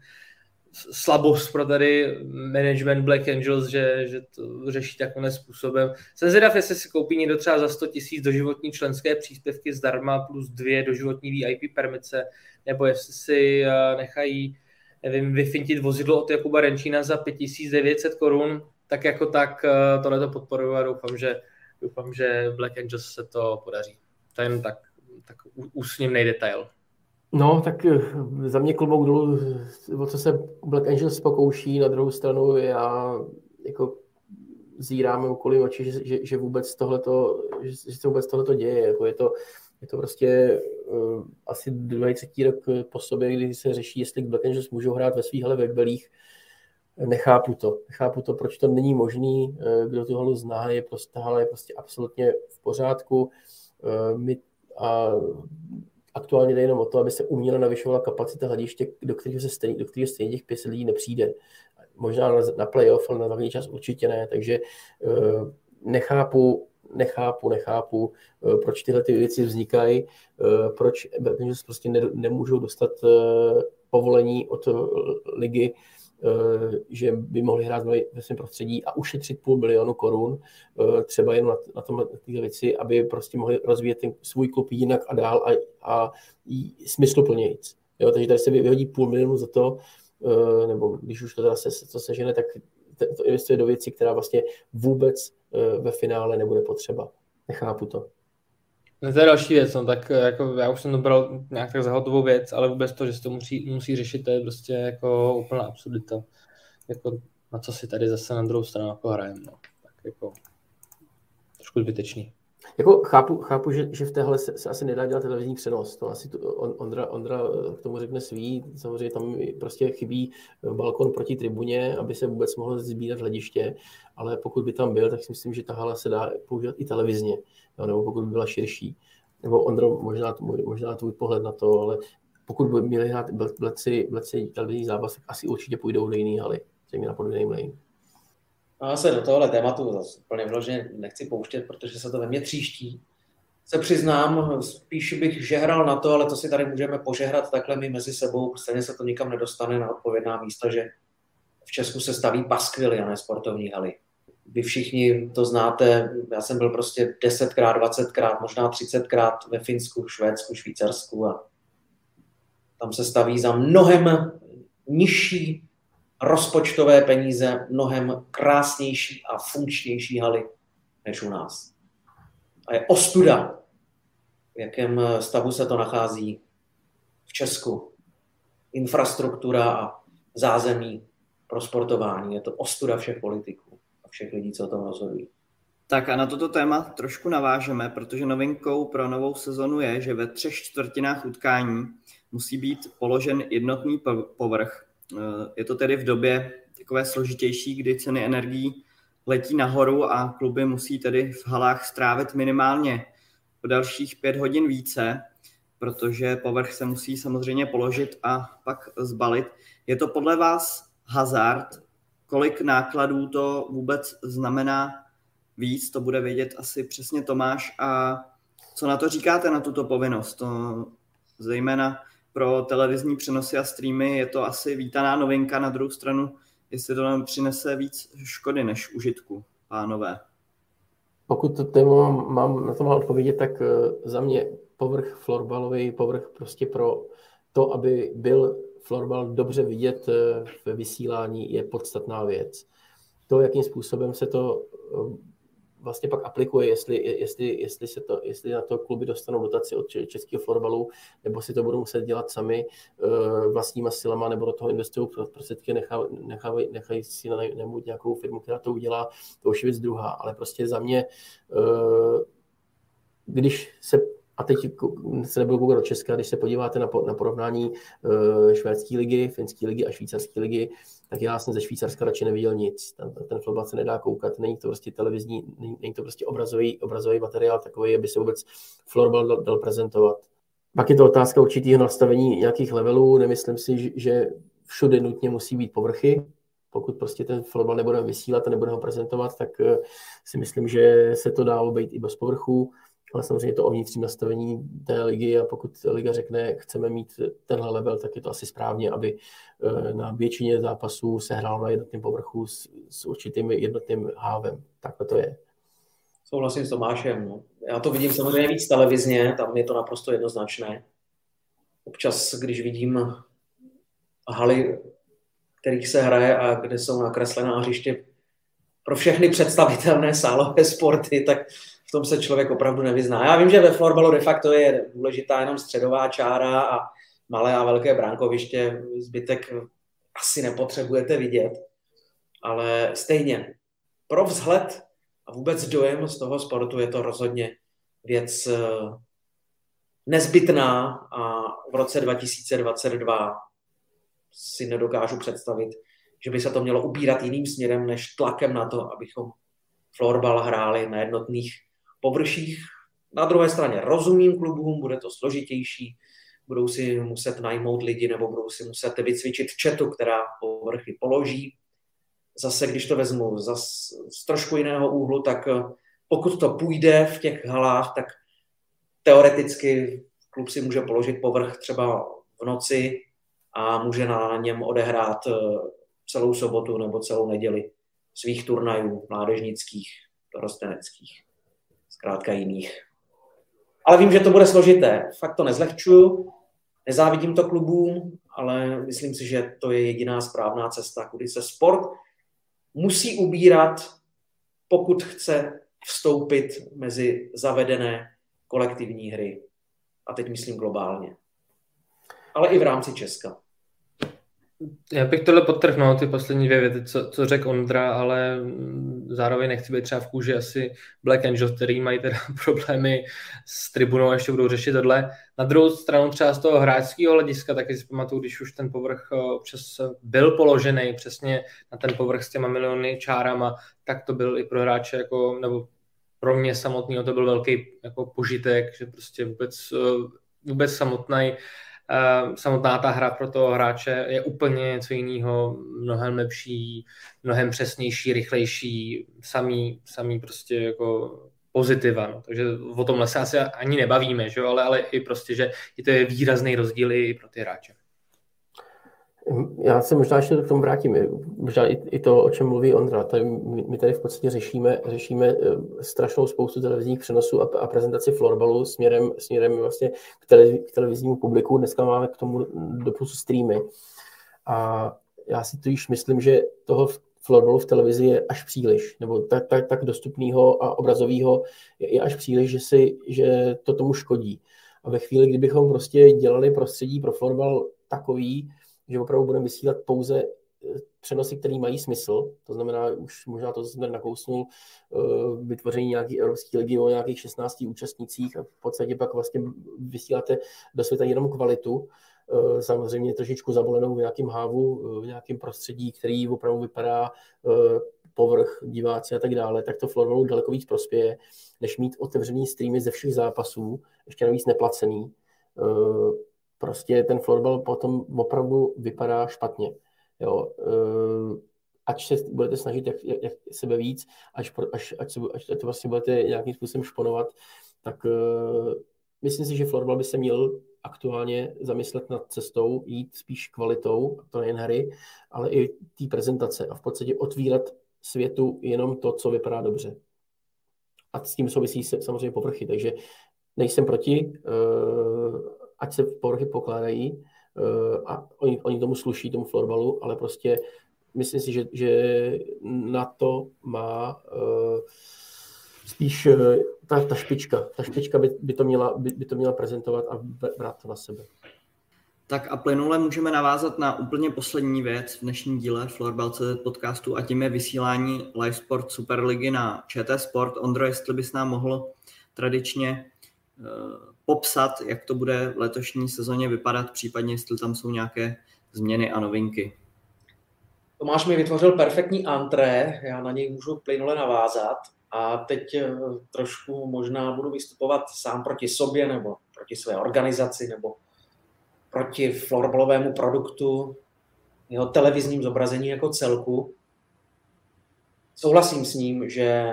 slabost pro tady management Black Angels, že, že to řeší takovým způsobem. Jsem zvědav, jestli si koupí někdo třeba za sto tisíc doživotní členské příspěvky zdarma plus dvě doživotní V I P permice, nebo jestli si nechají, nevím, vyfintit vozidlo od Jakuba Renčína za pět tisíc devět set korun, tak jako tak tohle to podporuju a doufám, že, doufám, že Black Angels se to podaří. To je jen tak, tak úsměvný detail. No, tak za mě klobouk dolů, o co se Black Angels pokouší, na druhou stranu já jako zírám okolí oči, že, že, že vůbec tohleto, že, že se vůbec tohleto děje, jako je to Je to prostě uh, asi dvacátý rok po sobě, kdy se řeší, jestli Black Angels můžou hrát ve svých hele Blackbellích. Nechápu to. Nechápu to, proč to není možný. Kdo tu halu zná, je prostě, hala je prostě absolutně v pořádku. My, a aktuálně jde jenom o to, aby se uměle navyšovala kapacita hlediště, do kterého se stejně, do kterého stejně těch pět set lidí nepřijde. Možná na, na playoff, ale na hlavní čas určitě ne, takže uh, nechápu, nechápu, nechápu, uh, proč tyhle ty věci vznikají, uh, proč Rangers prostě ne, nemůžou dostat uh, povolení od uh, ligy, uh, že by mohli hrát ve svém prostředí a ušetřit půl milionu korun, uh, třeba jen na, na tomhle tyhle věci, aby prostě mohli rozvíjet ten svůj klub jinak a dál a, a smysluplnějíc. Jo, takže tady se vyhodí půl milionu za to, Uh, nebo když už to teda se, to sežene, tak to investuje do věcí, která vlastně vůbec uh, ve finále nebude potřeba. Nechápu to. No to je další věc, no, tak jako já už jsem to bral nějak tak za hotovou věc, ale vůbec to, že se to musí, musí řešit, to je prostě jako úplná absurdita. Jako na co si tady zase na druhou stranu jako hrajeme, no. Tak jako trošku zbytečný. Jako chápu, chápu že, že v téhle se, se asi nedá dělat televizní přenos. To asi tu, on, Ondra, Ondra k tomu řekne svý. Samozřejmě tam prostě chybí balkon proti tribuně, aby se vůbec mohlo sbírat hlediště, ale pokud by tam byl, tak si myslím, že ta hala se dá používat i televizně, jo, nebo pokud by byla širší. Nebo Ondro, možná, možná tvůj pohled na to, ale pokud by měli hrát bleci, bleci televizní zápas, tak asi určitě půjdou do jiné haly, zřejmě na podvěném lane. Já se do tohohle tématu zase úplně vložně nechci pouštět, protože se to ve mně tříští. Se přiznám, spíš bych žehral na to, ale to si tady můžeme požehrat takhle my mezi sebou, stejně se to nikam nedostane na odpovědná místa, že v Česku se staví paskvily a ne sportovní haly. Vy všichni to znáte, já jsem byl prostě desetkrát, dvacetkrát, možná třicetkrát ve Finsku, Švédsku, Švýcarsku a tam se staví za mnohem nižší rozpočtové peníze, mnohem krásnější a funkčnější haly než u nás. A je ostuda, v jakém stavu se to nachází v Česku. Infrastruktura a zázemí pro sportování. Je to ostuda všech politiků a všech lidí, co o tom rozhodují. Tak a na toto téma trošku navážeme, protože novinkou pro novou sezonu je, že ve třech čtvrtinách utkání musí být položen jednotný povrch. Je to tedy v době takové složitější, kdy ceny energií letí nahoru a kluby musí tedy v halách strávit minimálně o dalších pět hodin více, protože povrch se musí samozřejmě položit a pak zbalit. Je to podle vás hazard? Kolik nákladů to vůbec znamená víc? To bude vědět asi přesně Tomáš. A co na to říkáte, na tuto povinnost? To zejména pro televizní přenosy a streamy je to asi vítaná novinka, na druhou stranu, jestli to nám přinese víc škody než užitku, pánové. Pokud to téma mám na to mám odpovědět, tak za mě povrch florbalový, povrch prostě pro to, aby byl florbal dobře vidět ve vysílání, je podstatná věc. To, jakým způsobem se to vlastně pak aplikuje, jestli, jestli, jestli, se to, jestli na to kluby dostanou dotaci od českého florbalu, nebo si to budou muset dělat sami uh, vlastníma silama, nebo do toho investují prostředky, nechají, nechají si najmout nějakou firmu, která to udělá, to už je věc druhá. Ale prostě za mě, uh, když se, a teď se nebudu koukat do Česka, když se podíváte na, na porovnání uh, švédské ligy, finské ligy a švýcarské ligy, tak já jsem ze Švýcarska radši neviděl nic. Ten, ten florbal se nedá koukat, není to prostě televizní, není, není to prostě obrazový, obrazový materiál takový, aby se vůbec florbal dal, dal prezentovat. Pak je to otázka určitého nastavení nějakých levelů. Nemyslím si, že všude nutně musí být povrchy. Pokud prostě ten florbal nebudeme vysílat a nebudeme ho prezentovat, tak si myslím, že se to dá obejít i bez povrchů. Ale samozřejmě to o vnitřním nastavení té ligy a pokud liga řekne, chceme mít tenhle level, tak je to asi správně, aby na většině zápasů se hrálo na jednotném povrchu s, s určitým jednotným hávem. Takhle to je. Souhlasím s Tomášem. No. Já to vidím samozřejmě víc televizně, tam je to naprosto jednoznačné. Občas, když vidím haly, kterých se hraje a kde jsou nakreslená hřiště pro všechny představitelné sálové sporty, tak v tom se člověk opravdu nevyzná. Já vím, že ve florbalu de facto je důležitá jenom středová čára a malé a velké brankoviště. Zbytek asi nepotřebujete vidět. Ale stejně, pro vzhled a vůbec dojem z toho sportu je to rozhodně věc nezbytná a v roce dva tisíce dvacet dva si nedokážu představit, že by se to mělo ubírat jiným směrem než tlakem na to, abychom florbal hráli na jednotných površích. Na druhé straně rozumím klubům, bude to složitější, budou si muset najmout lidi nebo budou si muset vycvičit četu, která povrchy položí. Zase, když to vezmu zas z trošku jiného úhlu, tak pokud to půjde v těch halách, tak teoreticky klub si může položit povrch třeba v noci a může na něm odehrát celou sobotu nebo celou neděli svých turnajů mládežnických, dorosteneckých, zkrátka jiných. Ale vím, že to bude složité. Fakt to nezlehčuju, nezávidím to klubům, ale myslím si, že to je jediná správná cesta, kudy se sport musí ubírat, pokud chce vstoupit mezi zavedené kolektivní hry. A teď myslím globálně. Ale i v rámci Česka. Já bych tohle podtrhnul, ty poslední dvě věty, co, co řekl Ondra, ale zároveň nechci být třeba v kůži asi Black Angels, který mají teda problémy s tribunou a ještě budou řešit tohle. Na druhou stranu třeba z toho hráčského hlediska, taky si pamatuju, když už ten povrch občas byl položený přesně na ten povrch s těma miliony čárama, tak to byl i pro hráče, jako, nebo pro mě samotného to byl velký jako požitek, že prostě vůbec, vůbec samotný Uh, samotná ta hra pro toho hráče je úplně něco jiného, mnohem lepší, mnohem přesnější, rychlejší, samý, samý prostě jako pozitiva. No. Takže o tomhle se asi ani nebavíme, že? Ale, ale i prostě, že i to je výrazný rozdíl i pro ty hráče. Já se možná ještě k tomu vrátím. Možná i, i to, o čem mluví Ondra. Tady, my tady v podstatě řešíme, řešíme strašnou spoustu televizních přenosů a, a prezentaci florbalu směrem, směrem vlastně k, televiz, k televiznímu publiku. Dneska máme k tomu doposud streamy. A já si to již myslím, že toho florbalu v televizi je až příliš. Nebo tak, tak, tak dostupného a obrazového je, je až příliš, že, si, že to tomu škodí. A ve chvíli, kdybychom prostě dělali prostředí pro florbal takový, že opravdu budeme vysílat pouze přenosy, které mají smysl. To znamená, už možná to jsem nakousnul, vytvoření nějaké evropské ligy o nějakých šestnácti účastnících a v podstatě pak vlastně vysíláte do světa jenom kvalitu. Samozřejmě trošičku zabolenou v nějakém hávu, v nějakém prostředí, který opravdu vypadá povrch, diváci a tak dále, tak to florbalu daleko víc prospěje, než mít otevřený streamy ze všech zápasů, ještě navíc neplacený. Prostě ten florbal potom opravdu vypadá špatně. Jo. Ať se budete snažit jak, jak sebe víc, až, až, až, se, až to vlastně budete nějakým způsobem šponovat, tak uh, myslím si, že florbal by se měl aktuálně zamyslet nad cestou, jít spíš kvalitou, to nejen hry, ale i té prezentace a v podstatě otvírat světu jenom to, co vypadá dobře. A s tím souvisí se samozřejmě povrchy, takže nejsem proti, uh, ať se povrchy pokládají uh, a oni, oni tomu sluší, tomu florbalu, ale prostě myslím si, že, že na to má uh, spíš uh, ta, ta špička. Ta špička by, by, to měla, by, by to měla prezentovat a brát to na sebe. Tak a plynule můžeme navázat na úplně poslední věc v dnešním díle Florbal tečka cé zet podcastu a tím je vysílání Live Sport Superligy na ČT Sport. Ondro, jestli bys nám mohl tradičně uh, popsat, jak to bude v letošní sezóně vypadat, případně jestli tam jsou nějaké změny a novinky. Tomáš mi vytvořil perfektní antré, já na něj můžu plynule navázat a teď trošku možná budu vystupovat sám proti sobě nebo proti své organizaci nebo proti florbalovému produktu, jeho televizním zobrazení jako celku. Souhlasím s ním, že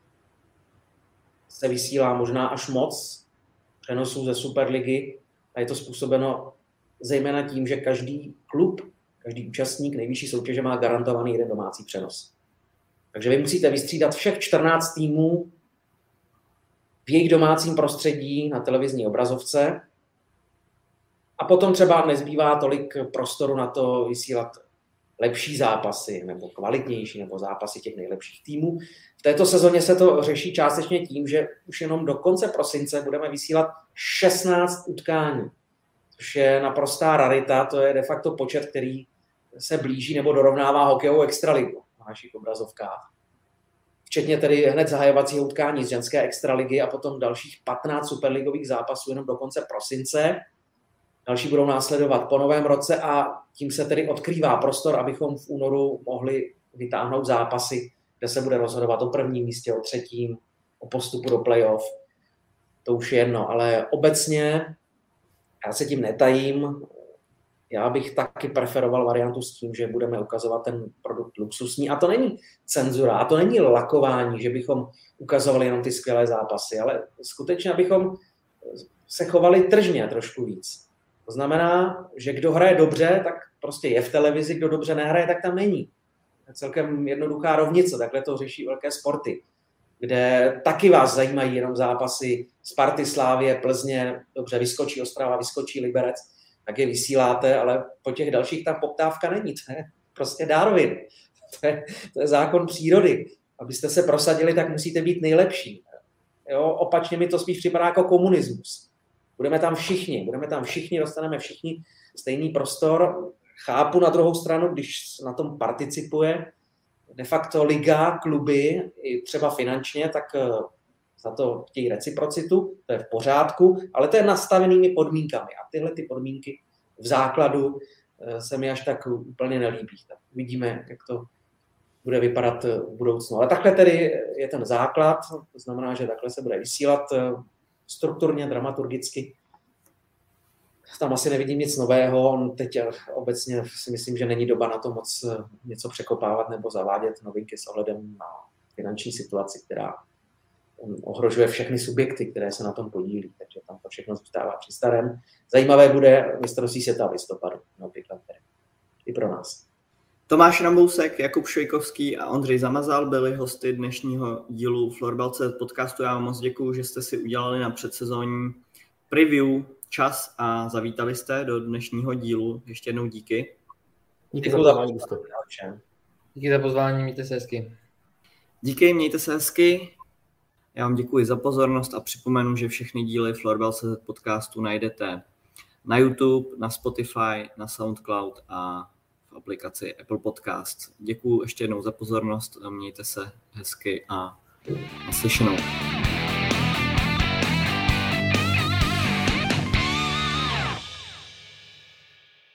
se vysílá možná až moc přenosů ze Superligy a je to způsobeno zejména tím, že každý klub, každý účastník nejvyšší soutěže má garantovaný jeden domácí přenos. Takže vy musíte vystřídat všech čtrnáct týmů v jejich domácím prostředí na televizní obrazovce a potom třeba nezbývá tolik prostoru na to vysílat lepší zápasy nebo kvalitnější nebo zápasy těch nejlepších týmů. V této sezóně se to řeší částečně tím, že už jenom do konce prosince budeme vysílat šestnáct utkání, což je naprostá rarita, to je de facto počet, který se blíží nebo dorovnává hokejovou extraligu na našich obrazovkách. Včetně tedy hned zahajovacího utkání z ženské extraligy a potom dalších patnáct superligových zápasů jenom do konce prosince. Další budou následovat po novém roce a tím se tedy odkrývá prostor, abychom v únoru mohli vytáhnout zápasy, kde se bude rozhodovat o prvním místě, o třetím, o postupu do playoff. to už je jedno, ale obecně já se tím netajím, já bych taky preferoval variantu s tím, že budeme ukazovat ten produkt luxusní. A to není cenzura, a to není lakování, že bychom ukazovali jenom ty skvělé zápasy, ale skutečně, abychom se chovali tržně trošku víc. To znamená, že kdo hraje dobře, tak prostě je v televizi, kdo dobře nehraje, tak tam není. To je celkem jednoduchá rovnice, takhle to řeší velké sporty, kde taky vás zajímají jenom zápasy Sparty, Slávie, Plzně, dobře, vyskočí Ostrava, vyskočí Liberec, tak je vysíláte, ale po těch dalších tam poptávka není. To je prostě Darwin. To je, to je zákon přírody. Abyste se prosadili, tak musíte být nejlepší. Jo, opačně mi to spíš připadá jako komunismus. Budeme tam všichni, budeme tam všichni, dostaneme všichni stejný prostor. Chápu na druhou stranu, když na tom participuje de facto liga, kluby, i třeba finančně, tak za to chtějí reciprocitu, to je v pořádku, ale to je nastavenými podmínkami. A tyhle ty podmínky v základu se mi až tak úplně nelíbí. Tak vidíme, jak to bude vypadat v budoucnu. Ale takhle tedy je ten základ, to znamená, že takhle se bude vysílat strukturně, dramaturgicky. Tam asi nevidím nic nového. Teď obecně si myslím, že není doba na to moc něco překopávat nebo zavádět novinky s ohledem na finanční situaci, která ohrožuje všechny subjekty, které se na tom podílí. Takže tam to všechno zůstává při starém. Zajímavé bude mistrovství světa v listopadu. Například i pro nás. Tomáš Rambousek, Jakub Švejkovský a Ondřej Zamazal byli hosty dnešního dílu Florbal tečka cé zet podcastu. Já vám moc děkuju, že jste si udělali na předsezónní preview čas a zavítali jste do dnešního dílu. Ještě jednou díky. Díky za pozvání. Díky za pozvání, mějte se hezky. Díky, mějte se hezky. Já vám děkuji za pozornost a připomenu, že všechny díly Florbal tečka cé zet podcastu najdete na YouTube, na Spotify, na SoundCloud a v aplikaci Apple Podcast. Děkuji ještě jednou za pozornost, mějte se hezky a naslyšenou.